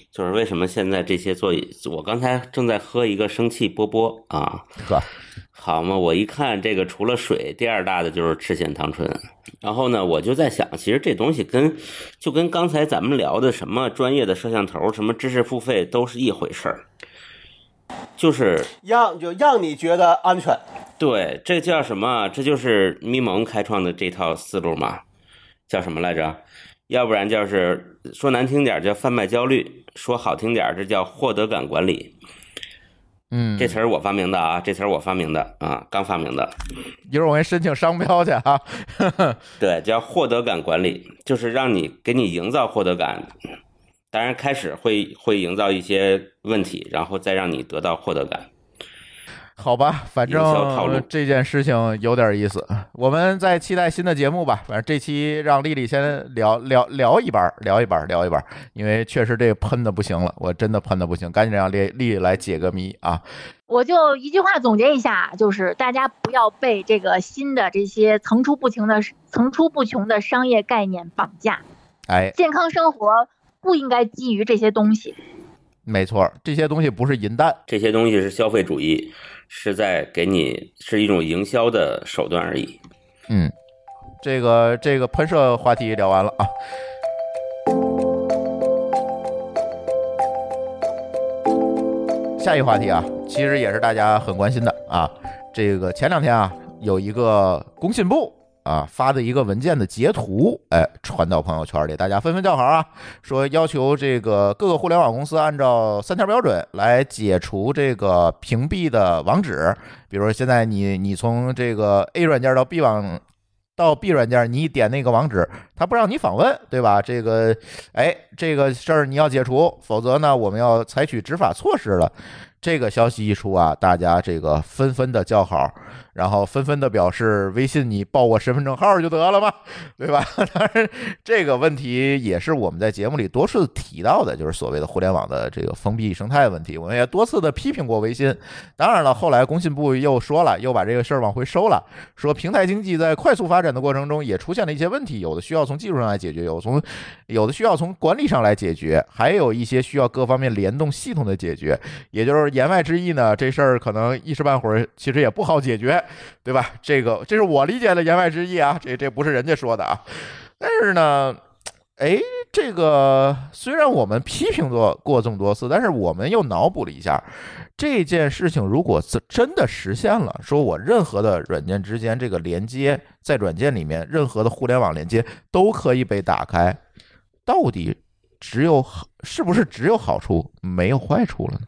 就是为什么现在这些座椅，我刚才正在喝一个生气波波啊， 呵， 好嘛，我一看这个除了水，第二大的就是赤藓糖醇。然后呢，我就在想，其实这东西跟就跟刚才咱们聊的什么专业的摄像头、什么知识付费都是一回事儿，就是让就让你觉得安全。 对，这叫什么？这就是咪蒙开创的这套思路嘛，叫什么来着？要不然就是说难听点叫贩卖焦虑，说好听点这叫获得感管理。 嗯， 这词儿我发明的啊，这词儿我发明的啊，刚发明的。 一会儿我给你申请商标去啊。 对，叫获得感管理，就是让你给你营造获得感。当然，开始会会营造一些问题，然后再让你得到获得感。 好吧，反正这件事情有点意思，我们再期待新的节目吧。反正这期让丽丽先聊聊聊一半，聊一半，聊一半，因为确实这个喷的不行了，我真的喷的不行，赶紧让丽丽来解个谜啊！ 我就一句话总结一下，就是大家不要被这个新的这些层出不穷的层出不穷的商业概念绑架。 哎， 健康生活不应该基于这些东西。 没错，这些东西不是银弹， 这些东西是消费主义，是在给你是一种营销的手段而已。 嗯，这个这个喷射话题聊完了啊。下一个话题啊，其实也是大家很关心的啊。这个前两天啊，有一个工信部啊发的一个文件的截图，哎，传到朋友圈里，大家纷纷叫好啊，说要求这个各个互联网公司按照三条标准来解除这个屏蔽的网址。比如说现在你你从这个 A 软件到 B 网到 B 软件，你一点那个网址，它不让你访问，对吧？这个，哎，这个事儿你要解除，否则呢，我们要采取执法措施了。这个消息一出啊，大家这个纷纷的叫好，然后纷纷的表示微信你报我身份证号就得了嘛，对吧？当然这个问题也是我们在节目里多次提到的，就是所谓的互联网的这个封闭生态问题，我们也多次的批评过微信。当然了，后来工信部又说了，又把这个事儿往回收了，说平台经济在快速发展的过程中也出现了一些问题，有的需要从技术上来解决，有从有的需要从管理上来解决，还有一些需要各方面联动系统的解决。也就是言外之意呢，这事儿可能一时半会儿其实也不好解决，对吧？这个这是我理解的言外之意啊，这这不是人家说的啊。但是呢，哎，这个虽然我们批评过过这么多次，但是我们又脑补了一下，这件事情如果真的实现了，说我任何的软件之间这个连接，在软件里面任何的互联网连接都可以被打开，到底只有是不是只有好处没有坏处了呢？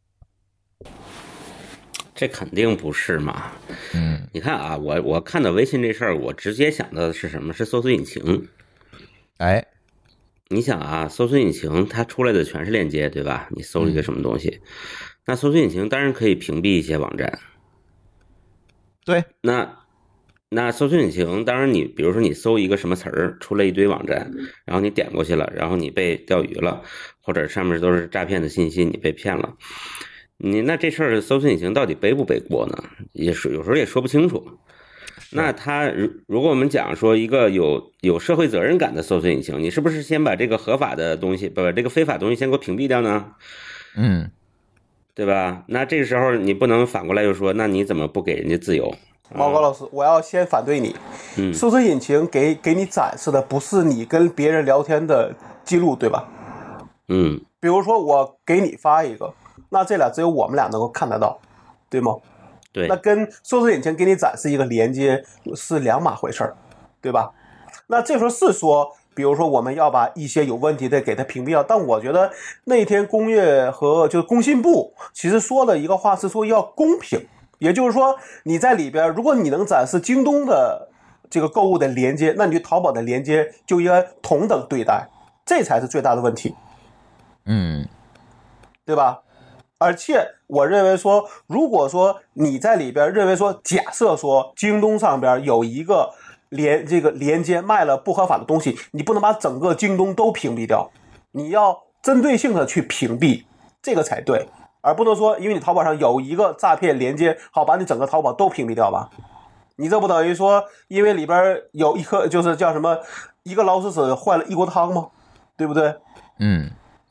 这肯定不是嘛。 嗯， 你看啊，我我看到微信这事儿，我直接想到的是什么？是搜索引擎。 哎， 你想啊，搜索引擎它出来的全是链接，对吧？你搜一个什么东西，嗯、那搜索引擎当然可以屏蔽一些网站。 对， 那那搜索引擎当然你比如说你搜一个什么词儿，出来一堆网站，然后你点过去了，然后你被钓鱼了，或者上面都是诈骗的信息，你被骗了。你那这事儿搜索引擎到底背不背锅呢？也是有时候也说不清楚。那他如如果我们讲说一个有有社会责任感的搜索引擎，你是不是先把这个合法的东西，把这个非法东西先给我屏蔽掉呢？ 嗯， 对吧？那这个时候你不能反过来又说，那你怎么不给人家自由？ 毛高老师，我要先反对你。嗯，搜索引擎给给你展示的不是你跟别人聊天的记录，对吧？ 嗯， 比如说我给你发一个。那这俩只有我们俩能够看得到，对吗？ 对。 那跟搜索引擎给你展示一个连接是两码回事儿，对吧？那这时候是说，比如说我们要把一些有问题的给它屏蔽掉，但我觉得那天工业和就是工信部其实说的一个话是说要公平，也就是说你在里边，如果你能展示京东的这个购物的连接，那你淘宝的连接就应该同等对待，这才是最大的问题。 嗯， 对吧？而且我认为说，如果说你在里边认为说，假设说京东上边有一个连这个连接卖了不合法的东西，你不能把整个京东都屏蔽掉，你要针对性的去屏蔽，这个才对，而不能说因为你淘宝上有一个诈骗连接，好把你整个淘宝都屏蔽掉吧？你这不等于说，因为里边有一颗就是叫什么一个老鼠屎坏了一锅汤吗？对不对？ 嗯。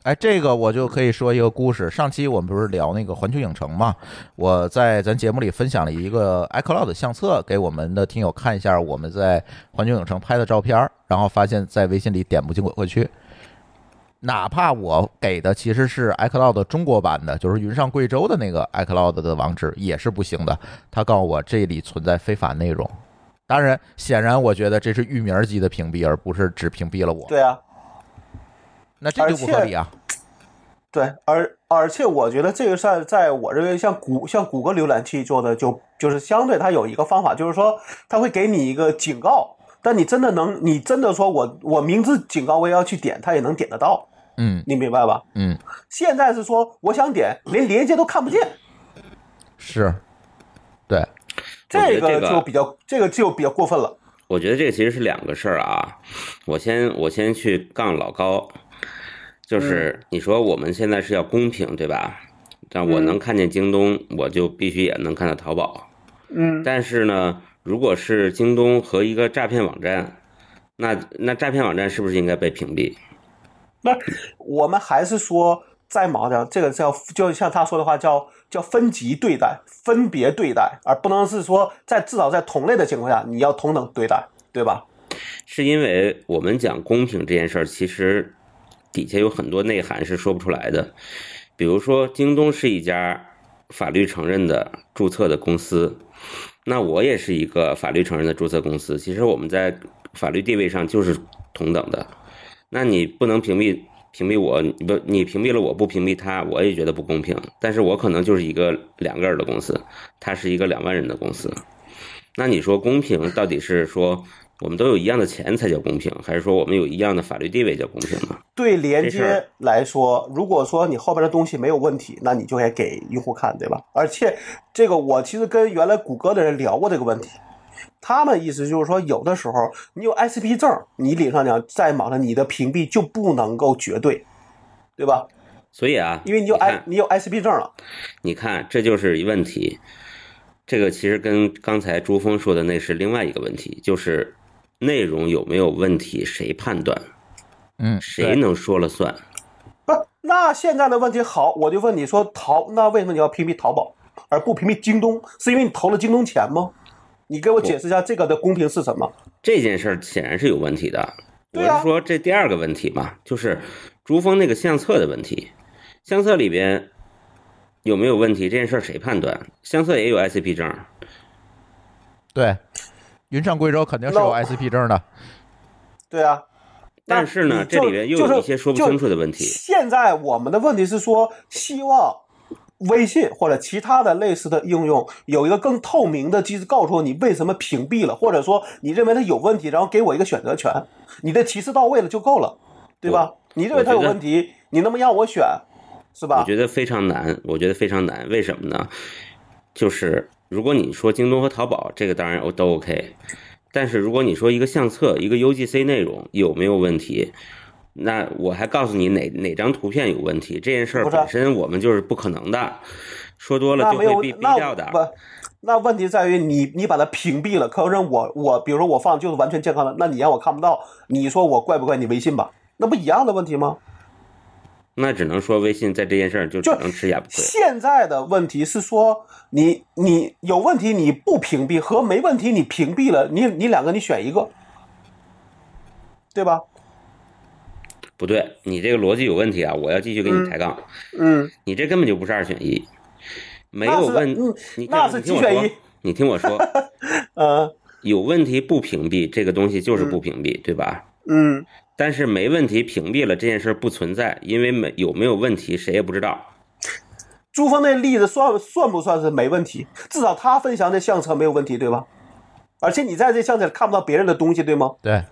哎，这个我就可以说一个故事。上期我们不是聊那个环球影城嘛？我在咱节目里分享了一个 iCloud 相册，给我们的听友看一下我们在环球影城拍的照片，然后发现在微信里点不进过去。哪怕我给的其实是 iCloud 中国版的，就是云上贵州的那个 iCloud 的网址，也是不行的。他告诉我这里存在非法内容。当然，显然我觉得这是域名级的屏蔽，而不是只屏蔽了我。 对啊。 那这就不合理啊！ 对，而而且我觉得这个事儿，在我认为像谷像谷歌浏览器做的就就是相对它有一个方法，就是说它会给你一个警告，但你真的能，你真的说我我明知警告我也要去点，它也能点得到， 嗯， 你明白吧？ 嗯， 现在是说我想点，连连接都看不见， 是，对， 这个就比较这个就比较过分了。 我觉得这个其实是两个事儿啊，我先我先去杠老高。就是你说我们现在是要公平，对吧？但我能看见京东，我就必须也能看到淘宝。 嗯。 但是呢，如果是京东和一个诈骗网站，那那诈骗网站是不是应该被屏蔽？ 那我们还是说，在毛上这个叫，就像他说的话，叫叫分级对待、分别对待，而不能是说在至少在同类的情况下，你要同等对待，对吧？ 是因为我们讲公平这件事儿，其实底下有很多内涵是说不出来的，比如说京东是一家法律承认的注册的公司，那我也是一个法律承认的注册公司，其实我们在法律地位上就是同等的，那你不能屏蔽屏蔽我，不你屏蔽了我不屏蔽他，我也觉得不公平，但是我可能就是一个两个人的公司，他是一个两万人的公司，那你说公平到底是说我们都有一样的钱才叫公平，还是说我们有一样的法律地位叫公平呢？ 对连接来说，如果说你后边的东西没有问题，那你就该给用户看，对吧？而且这个我其实跟原来谷歌的人聊过这个问题，他们意思就是说，有的时候你有 I C P 证，你理论上讲在网上你的屏蔽就不能够绝对，对吧？ 所以啊， 因为你有 I 你有 I C P 证了， 你看这就是一问题。这个其实跟刚才朱峰说的那是另外一个问题，就是内容有没有问题，谁判断？ 嗯， 谁能说了算？ 不，那现在的问题好，我就问你说淘，那为什么你要屏蔽淘宝而不屏蔽京东？是因为你投了京东钱吗？你给我解释一下这个的公平是什么？ 这件事显然是有问题的。我是说这第二个问题嘛，就是朱峰那个相册的问题，相册里边有没有问题？这件事谁判断？相册也有 I C P 证。 对，云上贵州肯定是有 I C P 证的。 对啊， 但是呢，这里面又有一些说不清楚的问题。 现在我们的问题是说，希望微信或者其他的类似的应用有一个更透明的机制，告诉我你为什么屏蔽了，或者说你认为它有问题，然后给我一个选择权，你的提示到位了就够了，对吧？你认为它有问题，你能不能让我选？是吧？ 我觉得非常难，我觉得非常难。为什么呢？就是如果你说京东和淘宝，这个当然都 OK， 但是如果你说一个相册、一个 U G C 内容有没有问题，那我还告诉你哪哪张图片有问题，这件事儿本身我们就是不可能的，说多了就会被逼掉的。 不，那问题在于你你把它屏蔽了，可是我我比如说我放就是完全健康的，那你让我看不到，你说我怪不怪你微信吧？那不一样的问题吗？ 那只能说微信在这件事儿就只能吃哑巴亏。 现在的问题是说，你你有问题你不屏蔽和没问题你屏蔽了，你你两个你选一个，对吧？ 不对，你这个逻辑有问题啊！我要继续跟你抬杠。 嗯， 你这根本就不是二选一，没有问， 嗯、 你那是几选一？ 你听我说， 呃， 有问题不屏蔽这个东西就是不屏蔽， 嗯、 对吧？ 嗯。 但是没问题屏蔽了这件事不存在，因为没有没有问题谁也不知道。 朱峰那例子算算不算是没问题？至少他分享的相册没有问题，对吧？而且你在这相册里看不到别人的东西，对吗？ 对。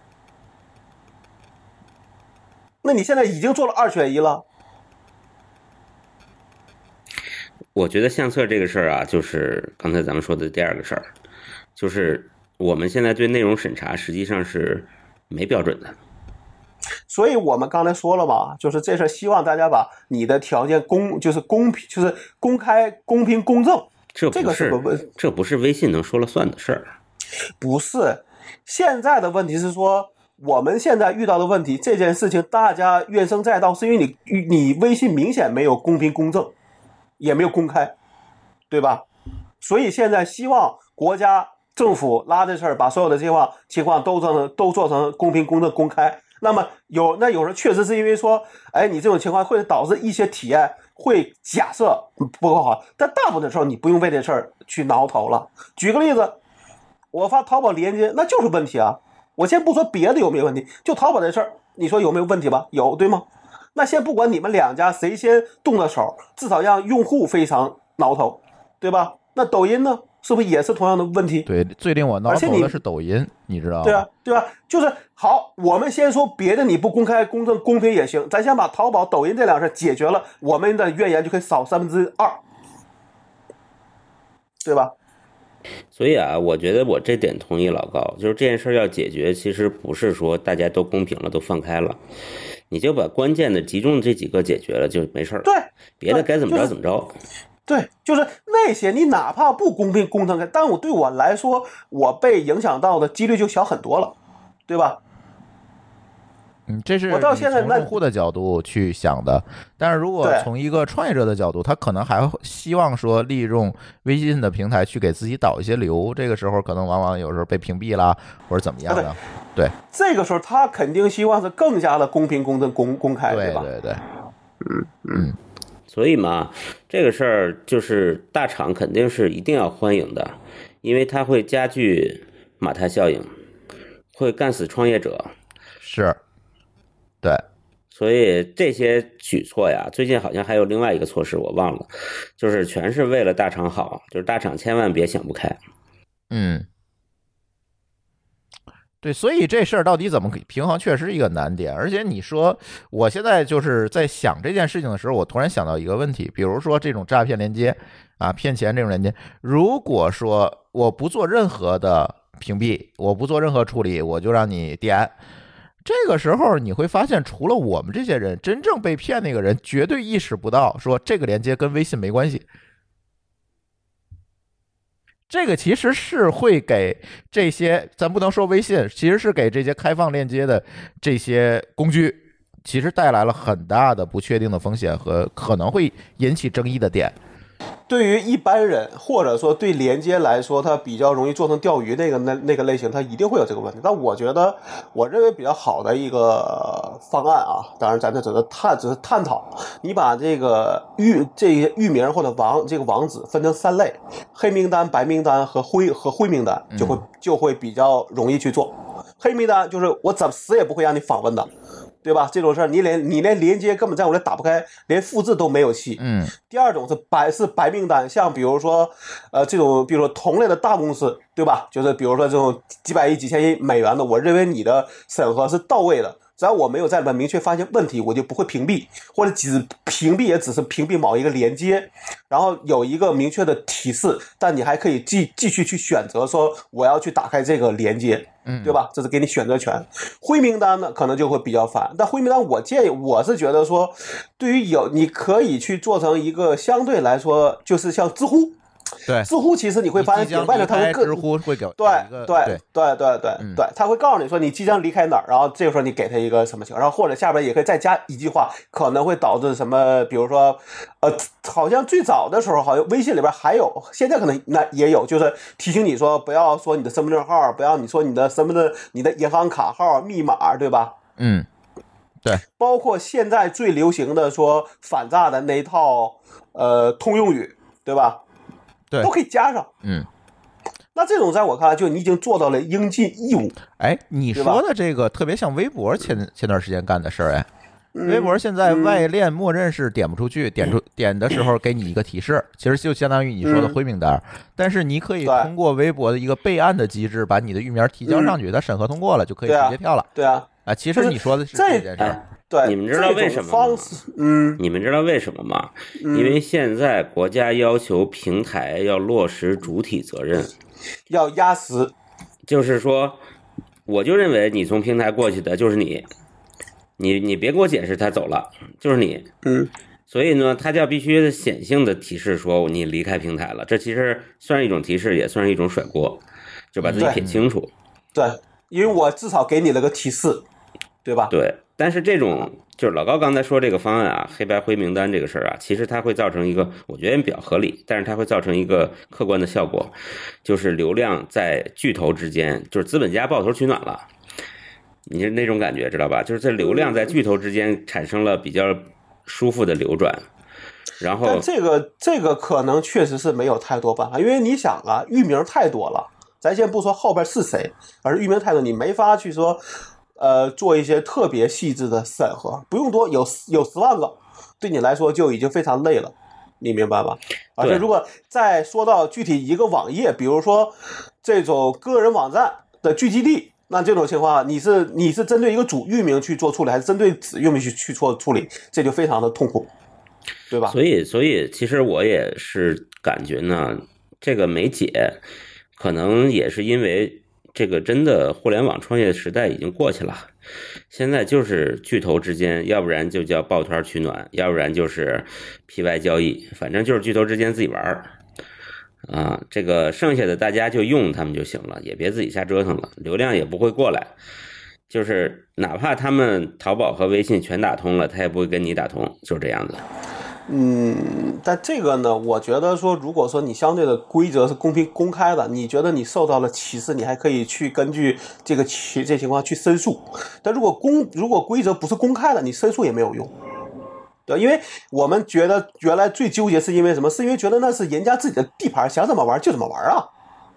那你现在已经做了二选一了。 我觉得相册这个事儿啊，就是刚才咱们说的第二个事儿，就是我们现在对内容审查实际上是没标准的。 所以我们刚才说了嘛，就是这事希望大家把你的条件公，就是公平，就是公开、公平、公正。 这不是、 这个是个这不是微信能说了算的事儿。 不是，现在的问题是说， 我们现在遇到的问题，这件事情大家怨声载道，是因为你你微信明显没有公平公正，也没有公开，对吧？所以现在希望国家政府拉这事儿，把所有的情况情况都做成都做成公平公正公开。那么有那有人确实是因为说，哎，你这种情况会导致一些体验会假设不够好，但大部分的时候你不用为这事儿去挠头了。举个例子，我发淘宝链接那就是问题啊。我先不说别的有没有问题，就淘宝这事儿，你说有没有问题吧？有，对吗？那先不管你们两家谁先动的手，至少让用户非常挠头，对吧？那抖音呢，是不是也是同样的问题？ 对，最令我挠头的是抖音，你知道吗？ 对啊，对吧？就是好，我们先说别的，你不公开、公正、公平也行，咱先把淘宝、抖音这两事解决了，我们的怨言就可以少三分之二，对吧？ 所以啊，我觉得我这点同意老高，就是这件事要解决，其实不是说大家都公平了，都放开了，你就把关键的集中这几个解决了就没事了。 对， 别的该怎么着怎么着。 对，就是那些你哪怕不公平公正，但我对我来说，我被影响到的几率就小很多了，对吧？ 嗯，这是我到现在从用户的角度去想的，但是如果从一个创业者的角度，他可能还希望说利用微信的平台去给自己导一些流，这个时候可能往往有时候被屏蔽啦，或者怎么样的。对， 这个时候他肯定希望是更加的公平公正公公开， 对吧？ 对对， 嗯嗯。 所以嘛，这个事儿就是大厂肯定是一定要欢迎的，因为它会加剧马太效应，会干死创业者。 是，对。 所以这些举措呀，最近好像还有另外一个措施，我忘了，就是全是为了大厂好，就是大厂千万别想不开。 嗯。对，所以这事儿到底怎么平衡，确实是一个难点。而且你说，我现在就是在想这件事情的时候，我突然想到一个问题，比如说这种诈骗链接啊、骗钱这种链接，如果说我不做任何的屏蔽，我不做任何处理，我就让你点，这个时候你会发现，除了我们这些人，真正被骗那个人绝对意识不到说这个链接跟微信没关系。这个其实是会给这些，咱不能说微信，其实是给这些开放链接的这些工具，其实带来了很大的不确定的风险和可能会引起争议的点。 对于一般人，或者说对连接来说，它比较容易做成钓鱼那个那那个类型，它一定会有这个问题。但我觉得，我认为比较好的一个方案啊，当然咱这只是探只是探讨。你把这个域这些域名或者网这个网址分成三类：黑名单、白名单和灰和灰名单，就会就会比较容易去做。黑名单就是我怎么死也不会让你访问的。对吧？这种事儿，你连你连连接根本在我这打不开，连复制都没有戏。 嗯。 第二种是白是白名单，像比如说，呃，这种比如说同类的大公司，对吧？就是比如说这种几百亿、几千亿美元的，我认为你的审核是到位的。只要我没有在里面明确发现问题，我就不会屏蔽，或者只屏蔽也只是屏蔽某一个连接，然后有一个明确的提示，但你还可以继继续去选择说我要去打开这个连接，对吧？这是给你选择权。灰名单呢，可能就会比较烦。但灰名单，我建议我是觉得说，对于有你可以去做成一个相对来说，就是像知乎。 对， 知乎其实你会发现顶外头它会更知乎会给对对对对对对、嗯、对，他会告诉你说你即将离开哪儿，然后这个时候你给他一个什么情况，然后或者下边也可以再加一句话，可能会导致什么，比如说呃，好像最早的时候好像微信里边还有，现在可能那也有，就是提醒你说不要说你的身份证号，不要你说你的身份证、你的银行卡号、密码，对吧？ 嗯，对， 包括现在最流行的说反诈的那一套呃通用语，对吧？ 对， 都可以加上。 嗯， 那这种在我看来，就你已经做到了应尽义务。 哎，你说的这个特别像微博前前段时间干的事儿，哎、 嗯， 微博现在外链默认是点不出去，点出点的时候给你一个提示，其实就相当于你说的灰名单，嗯、但是你可以通过微博的一个备案的机制，把你的域名提交上去，它、嗯、审核通过了就可以直接跳了。 对啊， 啊，其实你说的是这件事儿。 对， 你们知道为什么吗？ 嗯， 你们知道为什么吗？嗯、因为现在国家要求平台要落实主体责任， 要压实。 就是说，我就认为你从平台过去的就是你，你你别给我解释他走了，就是你。 嗯。 所以呢，他就要必须显性的提示说你离开平台了，这其实算是一种提示，也算是一种甩锅，就把自己撇清楚。 对。 因为我至少给你了个提示，对吧？ 对，但是这种就是老高刚才说这个方案啊，黑白灰名单这个事儿啊，其实它会造成一个，我觉得比较合理，但是它会造成一个客观的效果，就是流量在巨头之间，就是资本家抱头取暖了，你是那种感觉知道吧？就是这流量在巨头之间产生了比较舒服的流转。然后， 但这个这个可能确实是没有太多办法，因为你想啊，域名太多了，咱先不说后边是谁，而是域名太多，你没法去说，呃，做一些特别细致的审核，不用多，有有十万个，对你来说就已经非常累了，你明白吧？而且如果再说到具体一个网页，比如说这种个人网站的聚集地。那这种情况，你是你是针对一个主域名去做处理，还是针对子域名去去做处理？这就非常的痛苦，对吧？ 所以，所以其实我也是感觉呢，这个没解，可能也是因为这个真的互联网创业时代已经过去了，现在就是巨头之间，要不然就叫抱团取暖，要不然就是 P Y 交易，反正就是巨头之间自己玩。啊，这个剩下的大家就用他们就行了，也别自己瞎折腾了，流量也不会过来，就是哪怕他们淘宝和微信全打通了，他也不会跟你打通，就是这样子。 嗯，但这个呢，我觉得说，如果说你相对的规则是公平公开的，你觉得你受到了歧视，你还可以去根据这个歧这情况去申诉。但如果公如果规则不是公开的，你申诉也没有用。对，因为我们觉得原来最纠结是因为什么？是因为觉得那是人家自己的地盘，想怎么玩就怎么玩啊，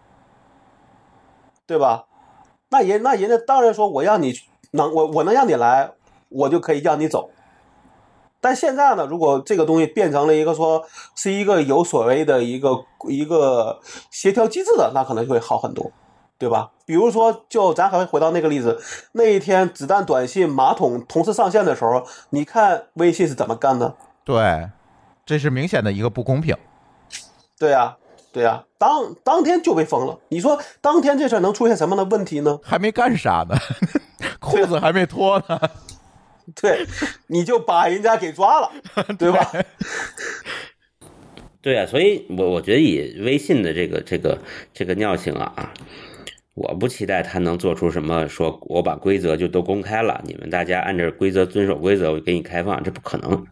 对吧？那人那人家当然说我让你能我我能让你来，我就可以让你走。但现在呢，如果这个东西变成了一个说是一个有所谓的一个一个协调机制的，那可能会好很多，对吧？比如说，就咱还会回到那个例子，那一天子弹短信马桶同时上线的时候，你看微信是怎么干的？ 对，这是明显的一个不公平。 对啊，对啊，当当天就被封了。你说当天这事儿能出现什么的问题呢？ 还没干啥呢，裤子还没脱呢。 对，你就把人家给抓了，对吧？ 对啊，所以我我觉得以微信的这个这个这个尿性啊，我不期待他能做出什么，说我把规则就都公开了，你们大家按照规则遵守规则，我给你开放，这不可能。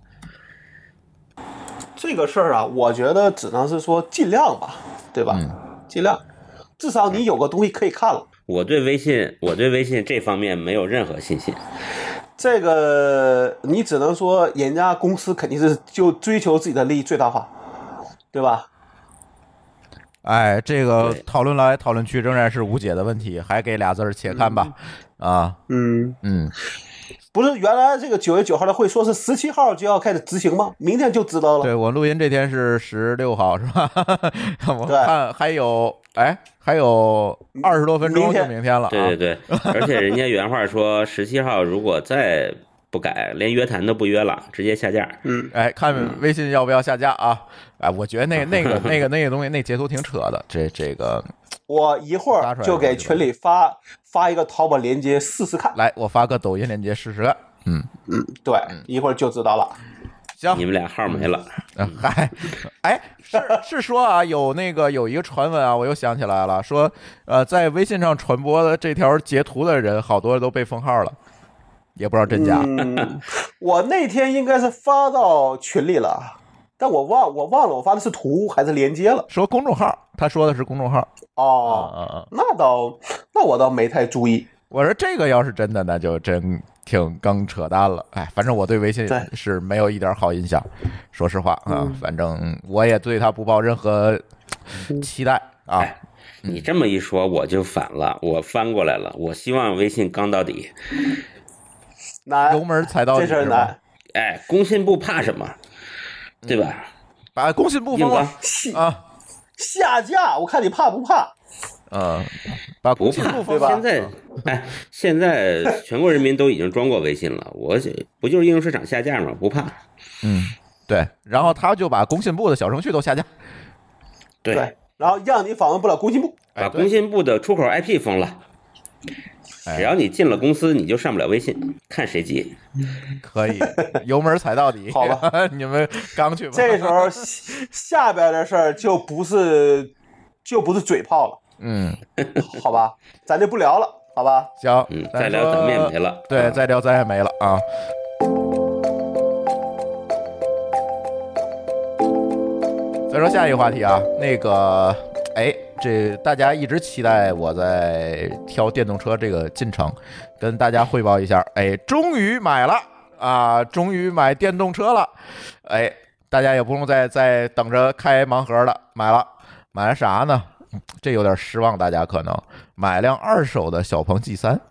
这个事儿啊，我觉得只能是说尽量吧，对吧？ 嗯、 尽量，至少你有个东西可以看了。 我对微信，我对微信这方面没有任何信心。 这个你只能说，人家公司肯定是就追求自己的利益最大化，对吧？ 哎，这个讨论来讨论去仍然是无解的问题，还给俩字儿且看吧。嗯、啊， 嗯嗯， 不是原来这个九月九号的会说是十七号就要开始执行吗？明天就知道了。 对，我录音这天是十六号是吧？我看还有哎。还有二十多分钟就明天了、啊， 对对对，而且人家原话说十七号如果再不改，连约谈都不约了，直接下架。 嗯， 哎，看微信要不要下架啊？哎，我觉得那那个那个那个东西那截图挺扯的，这这个。 我一会儿就给群里发发一个淘宝链接试试看。 来，我发个抖音链接试试看。嗯嗯，对，一会儿就知道了。 行， 你们俩号没了。 嗯，嗨，哎，是是说啊，有那个有一个传闻啊，我又想起来了，说呃，在微信上传播的这条截图的人，好多都被封号了，也不知道真假。 嗯，我那天应该是发到群里了，但我忘我忘了我发的是图还是连接了。 说公众号，他说的是公众号。 哦， 嗯嗯、 那倒那我倒没太注意。 我说这个要是真的，那就真挺更扯淡了。哎，反正我对微信是没有一点好印象，说实话啊， 嗯、 反正我也对他不抱任何期待啊。 哎，你这么一说，我就反了，我翻过来了。我希望微信刚到底， 难， 油门踩到底， 这事难。 哎，工信部怕什么？对吧？ 嗯、把工信部封了啊！ 下架，我看你怕不怕？ 嗯，把不怕，对吧？现在，哎，现在全国人民都已经装过微信了，我不就是应用市场下架吗？不怕。 嗯，对。然后他就把工信部的小程序都下架。 对。 对，然后让你访问不了工信部， 把工信部的出口 I P 封了。只要你进了公司，你就上不了微信，看谁急。 可以，油门踩到底。 好吧， 你们刚去吧。 这时候下边的事儿就不是就不是嘴炮了。 嗯， 好吧，咱就不聊了， 好吧？ 行， 嗯，再聊咱们也没了。 对，再聊咱也没了啊。再说下一个话题啊，那个，哎，这大家一直期待我在挑电动车这个进程，跟大家汇报一下，哎，终于买了啊，终于买电动车了，哎，大家也不用再再等着开盲盒了，买了，买了啥呢？这有点失望，大家可能买辆二手的小鹏 G 三。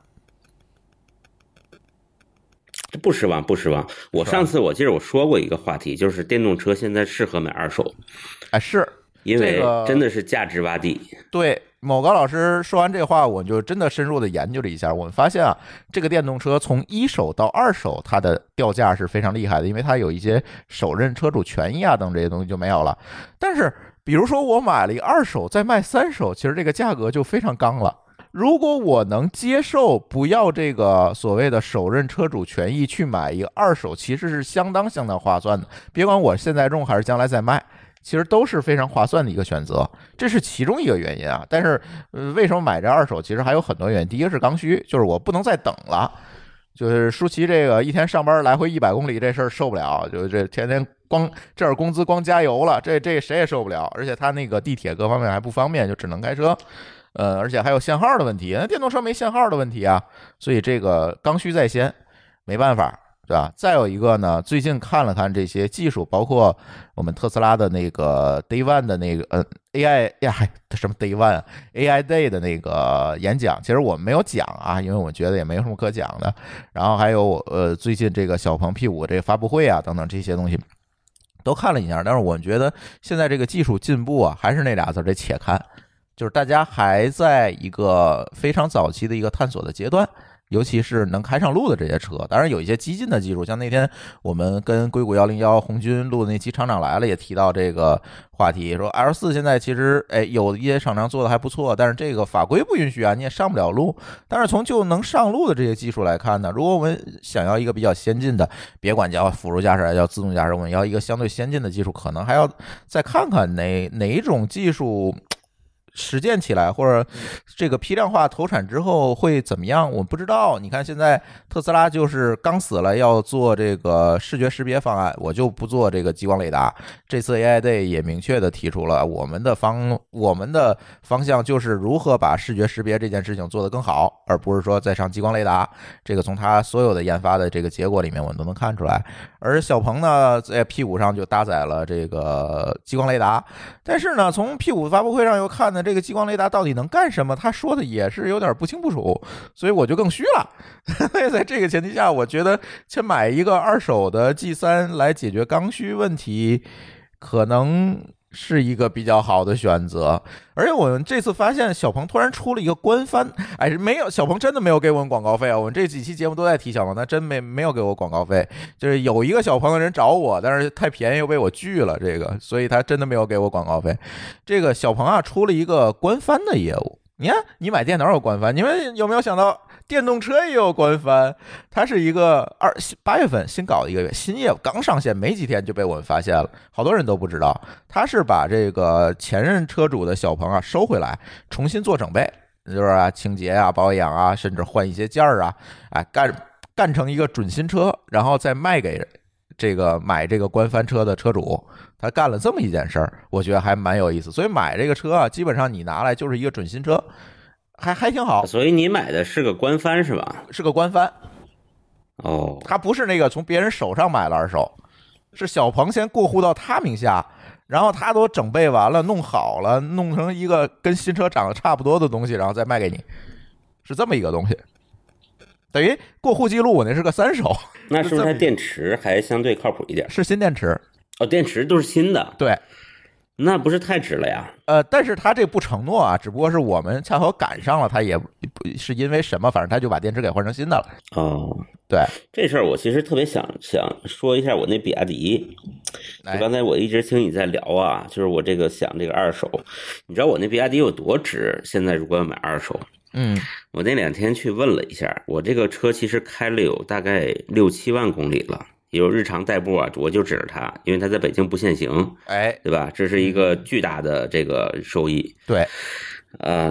不失望，不失望。我上次我记得我说过一个话题，就是电动车现在适合买二手， 哎，是因为真的是价值洼地。 这个、对，某高老师说完这话，我就真的深入的研究了一下，我们发现啊，这个电动车从一手到二手，它的掉价是非常厉害的，因为它有一些首任车主权益啊等这些东西就没有了。但是，比如说我买了一个二手，再卖三手，其实这个价格就非常刚了。如果我能接受不要这个所谓的首任车主权益去买一个二手，其实是相当相当划算的。别管我现在用还是将来再卖，其实都是非常划算的一个选择，这是其中一个原因啊。但是，呃，为什么买这二手？其实还有很多原因。第一个是刚需，就是我不能再等了。就是舒淇这个一天上班来回一百公里这事儿受不了，就这天天光这点工资光加油了，这这谁也受不了。而且他那个地铁各方面还不方便，就只能开车。呃，而且还有限号的问题，那电动车没限号的问题啊，所以这个刚需在先，没办法，对吧？再有一个呢，最近看了看这些技术，包括我们特斯拉的那个 Day One 的那个呃 A I 呀，什么 Day One A I Day 的那个演讲，其实我们没有讲啊，因为我觉得也没有什么可讲的。然后还有呃最近这个小鹏 P 五 这个发布会啊等等这些东西都看了一下，但是我觉得现在这个技术进步啊，还是那俩字，这且看。就是大家还在一个非常早期的一个探索的阶段，尤其是能开上路的这些车。当然有一些激进的技术，像那天我们跟硅谷一零一红军录的那期厂长来了也提到这个话题，说 L 四 现在其实哎有一些厂商做的还不错，但是这个法规不允许啊，你也上不了路。但是从就能上路的这些技术来看呢，如果我们想要一个比较先进的，别管叫辅助驾驶还是叫自动驾驶，我们要一个相对先进的技术，可能还要再看看哪哪种技术实践起来，或者这个批量化投产之后会怎么样？我不知道。你看现在特斯拉就是刚死了，要做这个视觉识别方案，我就不做这个激光雷达。这次 A I Day 也明确的提出了我们的方我们的方向就是如何把视觉识别这件事情做得更好，而不是说再上激光雷达。这个从它所有的研发的这个结果里面，我们都能看出来。而小鹏呢，在 P 五 上就搭载了这个激光雷达，但是呢，从 P 五 发布会上又看呢。这个激光雷达到底能干什么？他说的也是有点不清不楚，所以我就更虚了。在这个前提下，我觉得去买一个二手的 G 三来解决刚需问题，可能是一个比较好的选择。而且我们这次发现小鹏突然出了一个官方，哎，没有，小鹏真的没有给我们广告费啊！我们这几期节目都在提小鹏，他真没没有给我广告费。就是有一个小鹏的人找我，但是太便宜又被我拒了，这个，所以他真的没有给我广告费。这个小鹏啊，出了一个官方的业务。你看，你买电脑有官方，你们有没有想到电动车也有官方？它是一个二八月份新搞的一个新业务，刚上线没几天就被我们发现了，好多人都不知道。它是把这个前任车主的小鹏啊收回来，重新做整备，就是啊清洁啊、保养啊，甚至换一些件儿啊，哎干干成一个准新车，然后再卖给这个买这个官方车的车主。他干了这么一件事儿，我觉得还蛮有意思。所以买这个车啊，基本上你拿来就是一个准新车，还还挺好。 所以你买的是个官方是吧？ 是个官方。 哦， 他不是那个从别人手上买了二手，是小鹏先过户到他名下，然后他都整备完了、弄好了，弄成一个跟新车长得差不多的东西，然后再卖给你，是这么一个东西。等于过户记录，我那是个三手。 那是不是它电池还相对靠谱一点？ 是新电池。 哦，电池都是新的。 对， 那不是太值了呀。 呃，但是他这不承诺啊，只不过是我们恰好赶上了，他也不是因为什么，反正他就把电池给换成新的了。 哦， 对， 这事儿我其实特别想想说一下我那比亚迪。就刚才我一直听你在聊啊，就是我这个想这个二手，你知道我那比亚迪有多值？现在如果要买二手， 嗯， 我那两天去问了一下，我这个车其实开了有大概六七万公里了。有日常代步啊，我就指着它，因为它在北京不限行， 哎， 对吧？这是一个巨大的这个收益。 对， 呃，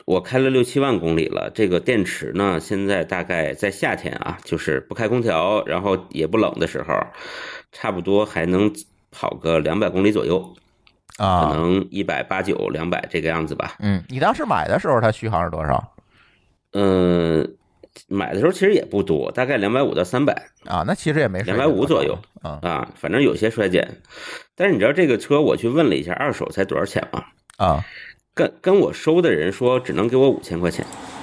我开了六七万公里了，这个电池呢，现在大概在夏天啊，就是不开空调，然后也不冷的时候，差不多还能跑个两百公里左右啊， 可能一百八九、两百这个样子吧。 嗯，你当时买的时候它续航是多少？ 嗯，买的时候其实也不多，大概两百五到三百啊，那其实也没两百五左右啊啊，反正有些衰减。但是你知道这个车我去问了一下，二手才多少钱吗？ 啊。 跟跟我收的人说只能给我五千块钱，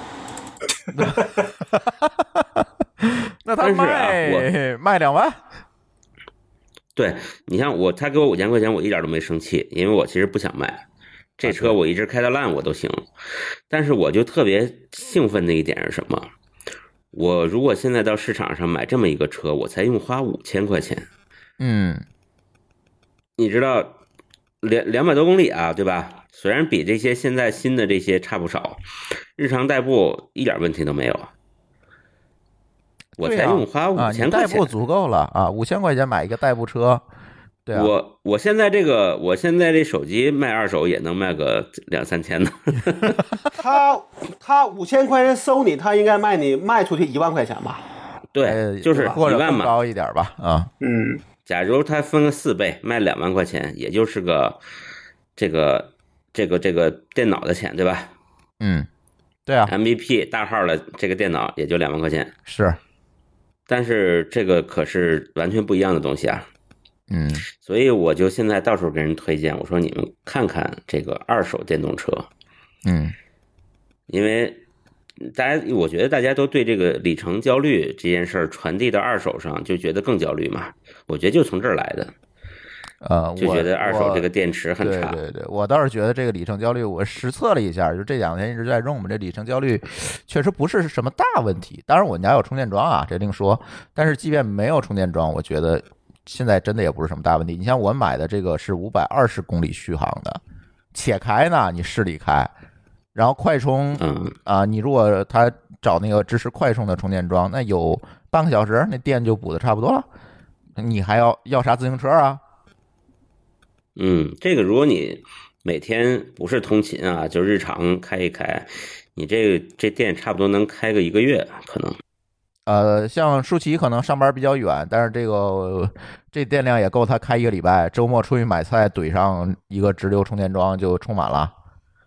那他卖、啊、卖两万？ 对，你像我，他给我五千块钱，我一点都没生气，因为我其实不想卖这车，我一直开到烂我都行。但是我就特别兴奋的一点是什么？我如果现在到市场上买这么一个车，我才用花五千块钱， 嗯， 你知道两两百多公里啊，对吧？虽然比这些现在新的这些差不少，日常代步一点问题都没有，我才用花五千块钱， 啊、代步足够了啊，五千块钱买一个代步车，对啊， 我我现在这个我现在这手机卖二手也能卖个两三千呢。 他他五千块钱收你，他应该卖你卖出去一万块钱吧？ 对，就是一万嘛， 高一点吧，啊， 嗯， 假如他分个四倍，卖两万块钱，也就是个这个。这个这个电脑的钱对吧？ 嗯，对啊 ，M V P 大号的这个电脑也就两万块钱， 是， 但是这个可是完全不一样的东西啊。 嗯， 所以我就现在到处给人推荐，我说你们看看这个二手电动车， 嗯， 因为大家我觉得大家都对这个里程焦虑这件事儿传递到二手上，就觉得更焦虑嘛。我觉得就从这儿来的。 呃， 就觉得二手这个电池很差。 对对对，我倒是觉得这个里程焦虑，我实测了一下，就这两天一直在用我们这里程焦虑，确实不是什么大问题。当然我家有充电桩啊，这另说。但是即便没有充电桩，我觉得现在真的也不是什么大问题。你像我买的这个是五百二十公里续航的，且开呢，你市里开，然后快充， 嗯啊，你如果他找那个支持快充的充电桩，那有半个小时，那电就补的差不多了。你还要要啥自行车啊？ 嗯，这个如果你每天不是通勤啊，就日常开一开，你这个这店差不多能开个一个月，可能。 呃，像舒淇可能上班比较远，但是这个这电量也够他开一个礼拜，周末出去买菜怼上一个直流充电桩就充满了。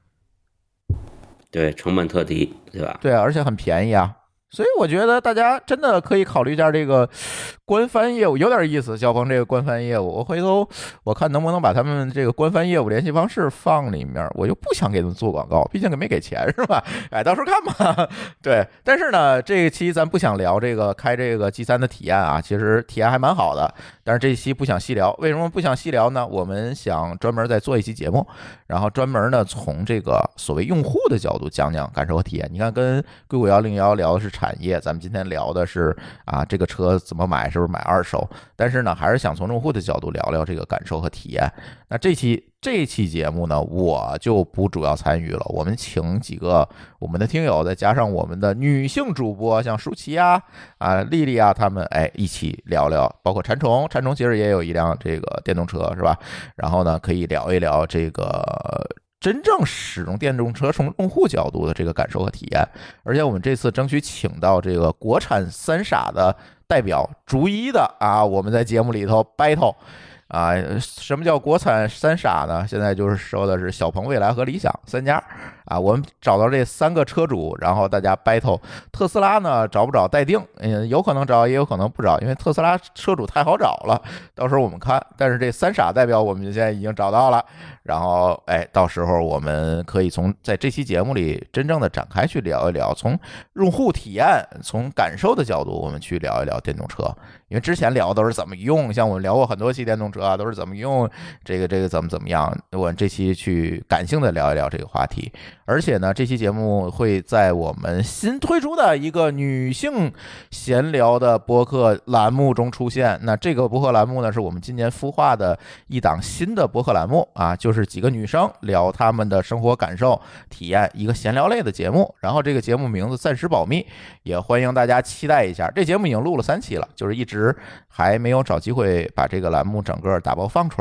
对，成本特低，对吧？ 对，而且很便宜啊。所以我觉得大家真的可以考虑一下这个官方业务，有点意思。小鹏这个官方业务，我回头我看能不能把他们这个官方业务联系方式放里面。我又不想给他们做广告，毕竟没给钱是吧？哎，到时候看吧。对，但是呢，这一期咱不想聊这个开这个 G 三 的体验啊，其实体验还蛮好的。但是这一期不想细聊，为什么不想细聊呢？我们想专门再做一期节目，然后专门呢从这个所谓用户的角度讲讲感受和体验。你看，跟硅谷幺零幺聊的是产业，咱们今天聊的是啊这个车怎么买，是不是买二手？但是呢，还是想从用户的角度聊聊这个感受和体验。那这期这期节目呢，我就不主要参与了，我们请几个我们的听友，再加上我们的女性主播，像舒淇啊、啊丽丽啊，他们哎一起聊聊，包括馋虫，馋虫其实也有一辆这个电动车是吧？然后呢，可以聊一聊这个真正使用电动车从用户角度的这个感受和体验。而且我们这次争取请到这个国产三傻的代表逐一的啊，我们在节目里头 battle。啊，什么叫国产三傻呢？现在就是说的是小鹏、蔚来和理想三家啊。我们找到这三个车主，然后大家 battle。特斯拉呢找不找待定，嗯，有可能找，也有可能不找，因为特斯拉车主太好找了。到时候我们看，但是这三傻代表我们现在已经找到了，然后哎，到时候我们可以从在这期节目里真正的展开去聊一聊，从用户体验、从感受的角度，我们去聊一聊电动车。因为之前聊的都是怎么用，像我们聊过很多期电动车啊，都是怎么用这个这个怎么怎么样。我这期去感性的聊一聊这个话题，而且呢，这期节目会在我们新推出的一个女性闲聊的播客栏目中出现。那这个播客栏目呢，是我们今年孵化的一档新的播客栏目啊，就是几个女生聊她们的生活感受、体验，一个闲聊类的节目。然后这个节目名字暂时保密，也欢迎大家期待一下。这节目已经录了三期了，就是一直还没有找机会把这个栏目整个打包放出来。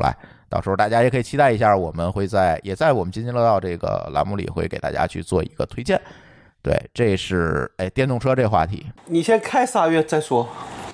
到时候大家也可以期待一下，我们会在也在我们津津乐道这个栏目里会给大家去做一个推荐。对，这是哎电动车这话题， 你先开仨月再说。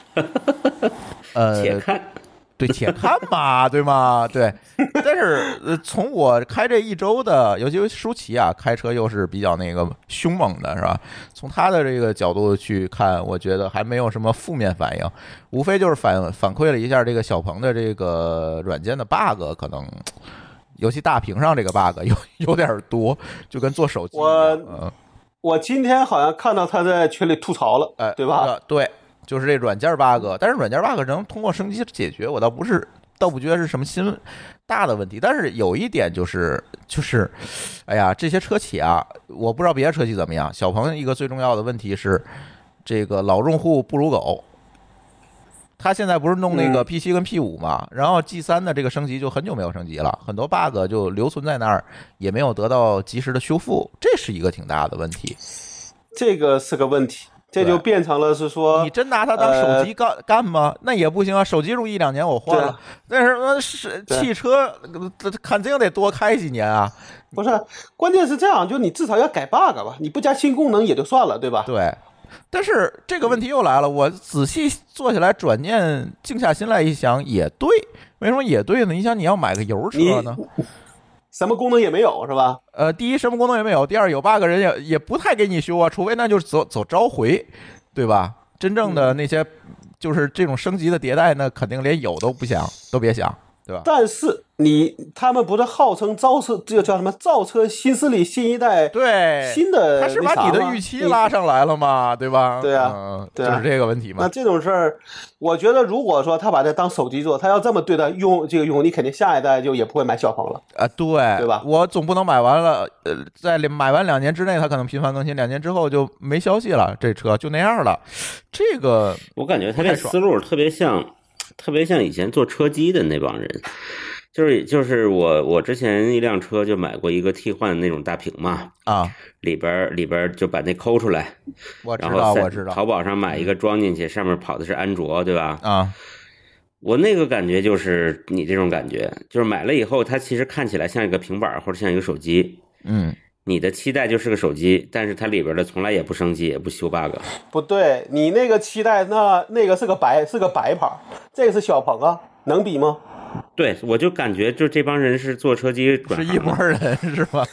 呃， 且看。 对，且看嘛，对吗？对，但是呃，从我开这一周的，尤其舒淇啊，开车又是比较那个凶猛的，是吧？从他的这个角度去看，我觉得还没有什么负面反应，无非就是反反馈了一下这个小鹏的这个软件的 bug， 可能尤其大屏上这个 bug 有有点多，就跟做手机一样。 我、 嗯、 我今天好像看到他在群里吐槽了，哎，对吧？ 呃、对。就是这软件 bug， 但是软件 bug 能通过升级解决，我倒不是，倒不觉得是什么新大的问题。但是有一点就是，就是，哎呀，这些车企啊，我不知道别的车企怎么样。小鹏一个最重要的问题是，这个老用户不如狗。他现在不是弄那个 P 七 跟 P 五 嘛，然后 G 三 的这个升级就很久没有升级了，很多 bug 就留存在那儿，也没有得到及时的修复，这是一个挺大的问题。 这个是个问题。这就变成了是说， 你真拿它当手机干、呃、干吗？那也不行啊！手机用一两年我换了，但是呃是汽车肯定得多开几年啊！ 不是，关键是这样，就你至少要改 bug 吧，你不加新功能也就算了，对吧？ 对。但是这个问题又来了，我仔细坐下来转念，静下心来一想，也对。为什么也对呢？你想，你要买个油车呢？ 什么功能也没有是吧？ 呃，第一什么功能也没有，第二有 bug 人也也不太给你修啊，除非那就是走走召回，对吧？真正的那些就是这种升级的迭代，那肯定连有都不想，都别想，对吧？ 但是你他们不是号称造车这个叫什么造车新势力新一代， 对新的他是把你的预期拉上来了嘛，对吧？ 对啊、 嗯， 对啊， 就是这个问题嘛。 那这种事儿，我觉得如果说他把它当手机做，他要这么对待用这个用户，你肯定下一代就也不会买小鹏了啊、呃，对对吧？ 我总不能买完了，呃，在买完两年之内，他可能频繁更新，两年之后就没消息了，这车就那样了。这个我感觉他这思路特别像，特别像以前做车机的那帮人。就是就是我我之前一辆车就买过一个替换那种大屏嘛啊， 里边里边就把那抠出来， 我知道我知道， 淘宝上买一个装进去，上面跑的是安卓，对吧？ 啊， 我那个感觉就是你这种感觉，就是买了以后它其实看起来像一个平板或者像一个手机， 嗯， 你的期待就是个手机，但是它里边的从来也不升级也不修 bug。 不对，你那个期待那那个是个白是个白牌，这个是小鹏啊，能比吗？ 对，我就感觉就这帮人是做车机转是一拨人是吧？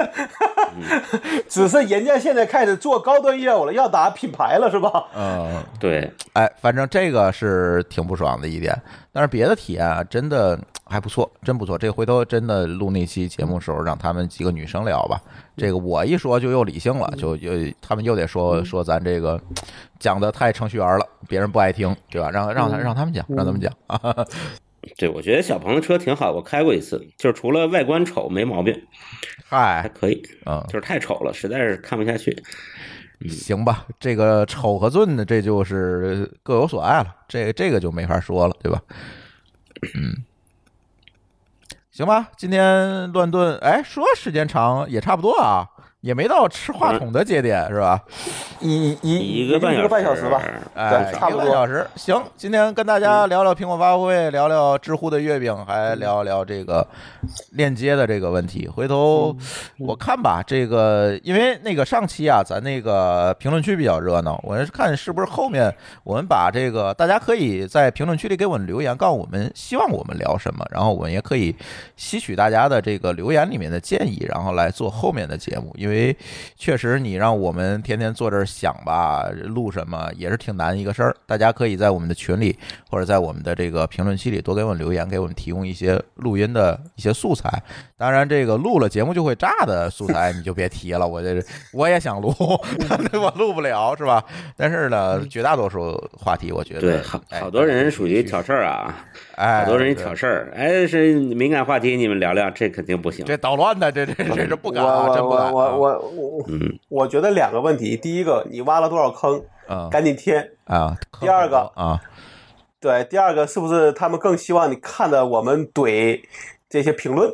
只是人家现在开始做高端业务了，要打品牌了是吧？ 嗯， 对， 哎，反正这个是挺不爽的一点，但是别的体验啊，真的还不错，真不错。这个回头真的录那期节目的时候，让他们几个女生聊吧。这个我一说就又理性了，就就他们又得说说咱这个讲的太程序员了，别人不爱听，对吧？让让他让他们讲，让他们讲啊。 对，我觉得小鹏的车挺好，我开过一次，就是除了外观丑没毛病， 嗨， 还可以， 嗯， 就是太丑了，实在是看不下去。 嗯、行吧，这个丑和俊的，这就是各有所爱了，这个这个就没法说了，对吧？嗯，行吧，今天乱炖，哎，说时间长也差不多啊。也没到吃话筒的节点、嗯、是吧？ 一一一个半一个半小时吧， 哎，差不多一个半小时。行，今天跟大家聊聊苹果发布会，聊聊知乎的月饼，还聊聊这个链接的这个问题。回头我看吧，这个因为那个上期啊，咱那个评论区比较热闹，我看是不是后面我们把这个大家可以在评论区里给我们留言，告诉我们希望我们聊什么，然后我们也可以吸取大家的这个留言里面的建议，然后来做后面的节目，因为。因为确实，你让我们天天坐这儿想吧，录什么也是挺难一个事儿。大家可以在我们的群里，或者在我们的这个评论区里多给我们留言，给我们提供一些录音的一些素材。当然，这个录了节目就会炸的素材你就别提了，我这我也想录，我录不了是吧？但是呢，绝大多数话题我觉得对，好好多人属于挑事儿啊， 哎， 好多人挑事儿，哎，是敏感话题，你们聊聊，这肯定不行， 这捣乱的，这这这是不敢啊，真不敢。 我我我我，嗯，我觉得两个问题，第一个，你挖了多少坑， 嗯， 赶紧填啊。 第二个啊， 对，第二个是不是他们更希望你看着我们怼这些评论？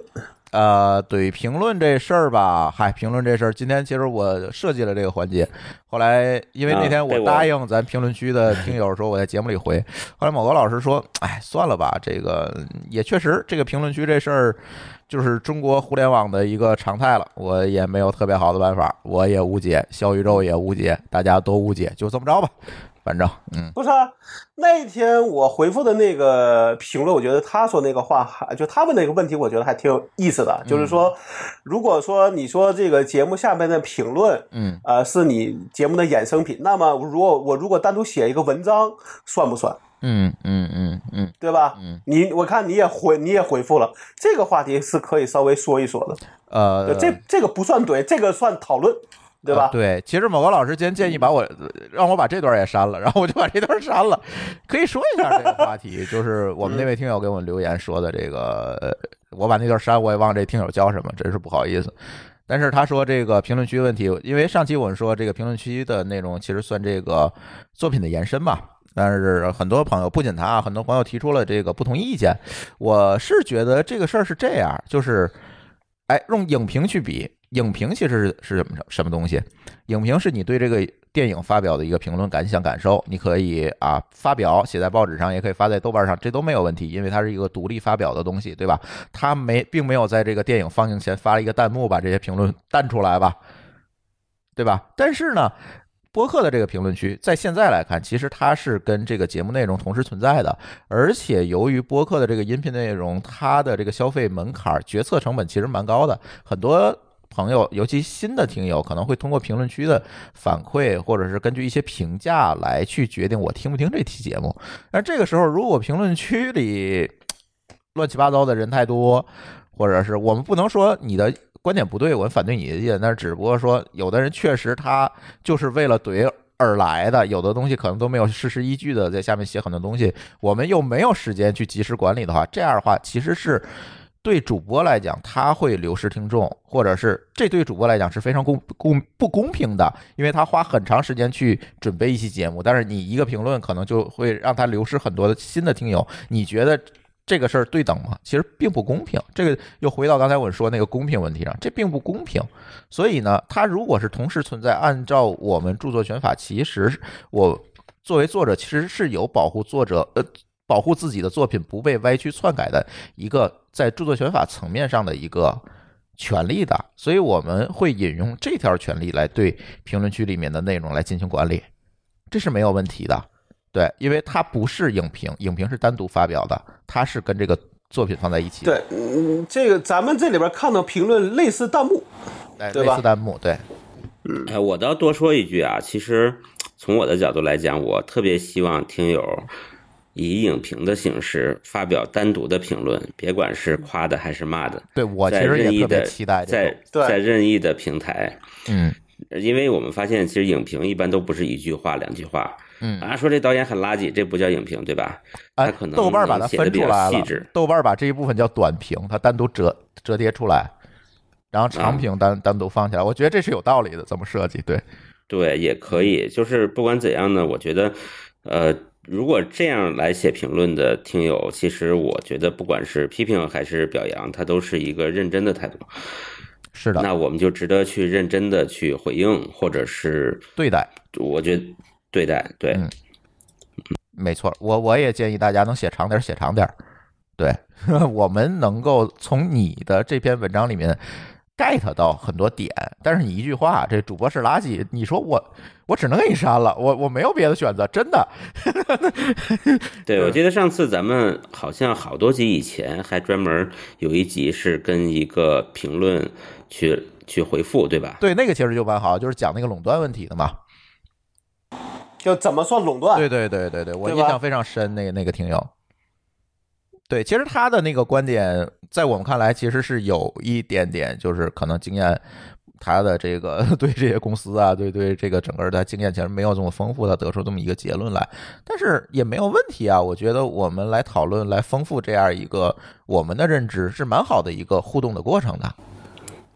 呃，对评论这事儿吧，嗨，评论这事儿，今天其实我设计了这个环节，后来因为那天我答应咱评论区的听友说我在节目里回，后来某个老师说，哎，算了吧，这个也确实，这个评论区这事儿就是中国互联网的一个常态了，我也没有特别好的办法，我也无解，小宇宙也无解，大家都无解，就这么着吧。反正，嗯， 不是啊，那天我回复的那个评论，我觉得他说那个话还就他问那个问题，我觉得还挺有意思的。嗯、就是说，如果说你说这个节目下面的评论， 嗯， 呃，是你节目的衍生品，那么如果我如果单独写一个文章，算不算？ 嗯嗯嗯嗯， 对吧？ 嗯， 你我看你也回你也回复了，这个话题是可以稍微说一说的。 呃， 这这个不算怼，这个算讨论。对吧、 呃？对，其实某个老师今天建议把我让我把这段也删了，然后我就把这段删了。可以说一下这个话题，就是我们那位听友给我们留言说的这个，呃、我把那段删，我也忘这听友叫什么，真是不好意思。但是他说这个评论区问题，因为上期我们说这个评论区的内容其实算这个作品的延伸嘛。但是很多朋友不仅他，很多朋友提出了这个不同意见。我是觉得这个事儿是这样，就是哎，用影评去比。影评其实是什么什么东西？影评是你对这个电影发表的一个评论、感想、感受，你可以啊发表写在报纸上，也可以发在豆瓣上，这都没有问题，因为它是一个独立发表的东西，对吧？它没并没有在这个电影放映前发了一个弹幕，把这些评论弹出来吧，对吧？但是呢，播客的这个评论区，在现在来看，其实它是跟这个节目内容同时存在的，而且由于播客的这个音频内容，它的这个消费门槛、决策成本其实蛮高的，很多朋友，尤其新的听友，可能会通过评论区的反馈，或者是根据一些评价来去决定我听不听这期节目。但这个时候，如果评论区里乱七八糟的人太多，或者是我们不能说你的观点不对，我们反对你的意见，但是只不过说有的人确实他就是为了怼而来的，有的东西可能都没有事实依据的，在下面写很多东西，我们又没有时间去及时管理的话，这样的话其实是对主播来讲，他会流失听众，或者是这对主播来讲是非常公公不公平的，因为他花很长时间去准备一期节目，但是你一个评论可能就会让他流失很多的新的听友。你觉得这个事儿对等吗？其实并不公平。这个又回到刚才我说那个公平问题上，这并不公平。所以呢，它如果是同时存在，按照我们著作权法，其实我作为作者其实是有保护作者呃。保护自己的作品不被歪曲篡改的一个在著作权法层面上的一个权利的，所以我们会引用这条权利来对评论区里面的内容来进行管理，这是没有问题的。对，因为它不是影评，影评是单独发表的，它是跟这个作品放在一起的。 对，嗯，这个咱们这里边看到评论类似弹幕，对吧？ 类似弹幕，对。 嗯，哎，我倒多说一句啊，其实从我的角度来讲，我特别希望听友以影评的形式发表单独的评论，别管是夸的还是骂的。 对，我其实也特别期待在在任意的平台， 嗯， 因为我们发现其实影评一般都不是一句话两句话， 嗯啊，说这导演很垃圾，这不叫影评，对吧？他可能豆瓣把它分出来了，豆瓣把这一部分叫短评，它单独折折叠出来，然后长评单、啊、单独放起来，我觉得这是有道理的，这么设计，对， 对，也可以。就是不管怎样呢，我觉得，呃。如果这样来写评论的听友，其实我觉得不管是批评还是表扬，它都是一个认真的态度。 是的， 那我们就值得去认真的去回应，或者是对待。 我觉得对待，对， 嗯，没错。我我也建议大家能写长点，写长点。对，我们能够从你的这篇文章里面get 到很多点，但是你一句话，这主播是垃圾，你说我我只能给你删了，我我没有别的选择，真的。 对，我记得上次咱们好像好多集以前还专门有一集是跟一个评论去去回复，对吧？ 对，那个其实就蛮好，就是讲那个垄断问题的嘛。 就怎么算垄断？ 对对对对对，我印象非常深，那个那个听友。对，其实他的那个观点，在我们看来，其实是有一点点，就是可能经验，他的这个对这些公司啊，对对这个整个的经验其实没有这么丰富，他得出这么一个结论来，但是也没有问题啊。我觉得我们来讨论，来丰富这样一个我们的认知，是蛮好的一个互动的过程的。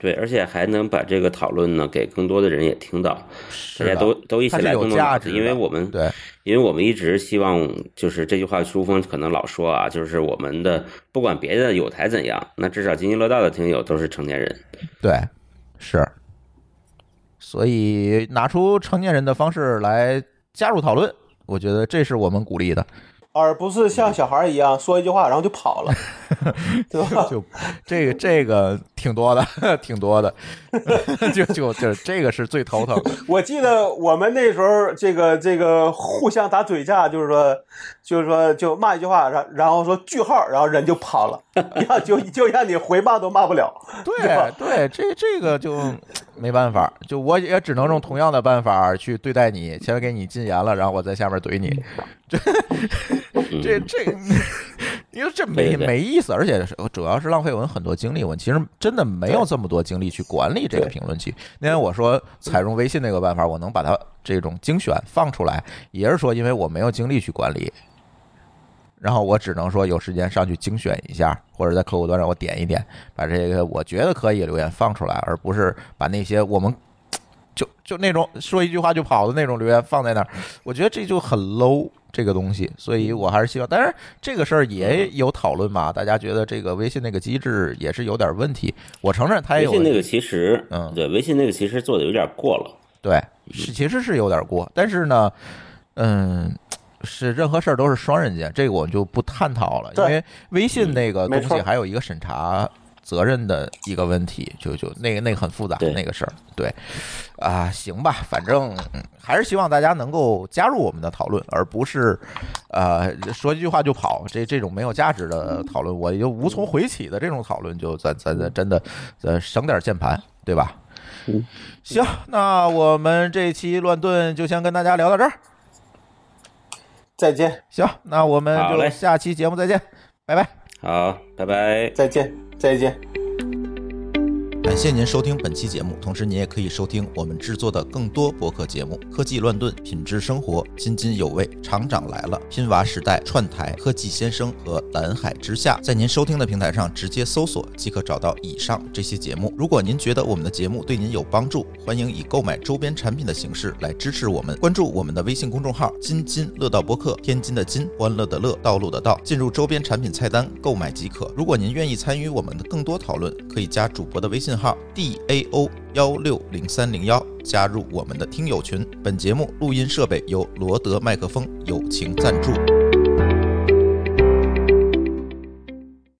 对，而且还能把这个讨论呢给更多的人也听到，大家都都一起来动动脑子，因为我们对， 因为我们一直希望就是这句话，书峰可能老说啊，就是我们的不管别的有台怎样，那至少津津乐道的听友都是成年人， 对，是，所以拿出成年人的方式来加入讨论，我觉得这是我们鼓励的。 而不是像小孩一样说一句话然后就跑了，对吧？ 就这个这个挺多的，挺多的，就就就这个是最头疼的。 我记得我们那时候这个这个互相打嘴架，就是说就是说就骂一句话，然然后说句号，然后人就跑了，要就就让你回骂都骂不了。 对对，这这个就没办法，就我也只能用同样的办法去对待你，先给你禁言了，然后我在下面怼你。这这这，因为这没没意思，而且主要是浪费我们很多精力。我其实真的没有这么多精力去管理这个评论区。因为我说采用微信那个办法，我能把它这种精选放出来，也是说因为我没有精力去管理，然后我只能说有时间上去精选一下，或者在客户端让我点一点，把这个我觉得可以留言放出来，而不是把那些我们。就就那种说一句话就跑的那种留言放在那儿，我觉得这就很 low 这个东西，所以我还是希望，当然这个事儿也有讨论嘛，大家觉得这个微信那个机制也是有点问题，我承认它也有微信那个其实， 嗯， 对，微信那个其实做的有点过了， 对，是其实是有点过，但是呢，嗯。是任何事儿都是双刃剑，这个我们就不探讨了，因为微信那个东西还有一个审查责任的一个问题，就就那个那个很复杂那个事儿，对，啊，行吧，反正还是希望大家能够加入我们的讨论，而不是呃说一句话就跑，这这种没有价值的讨论，我就无从回起的这种讨论，就咱咱咱真的呃省点键盘，对吧？行，那我们这期乱炖就先跟大家聊到这儿。 再见。 行，那我们就下期节目再见，拜拜。 好，拜拜。 再见，再见。 感谢您收听本期节目，同时您也可以收听我们制作的更多播客节目：科技乱炖、品质生活、津津有味、厂长来了、拼娃时代、串台、科技先生和蓝海之下。在您收听的平台上直接搜索即可找到以上这些节目。如果您觉得我们的节目对您有帮助，欢迎以购买周边产品的形式来支持我们。关注我们的微信公众号津津乐道播客，天津的津，欢乐的乐，道路的道，进入周边产品菜单购买即可。如果您愿意参与我们的更多讨论，可以加主播的微信号 D A O 一六零三零一，加入我们的听友群。本节目录音设备由罗德麦克风友情赞助。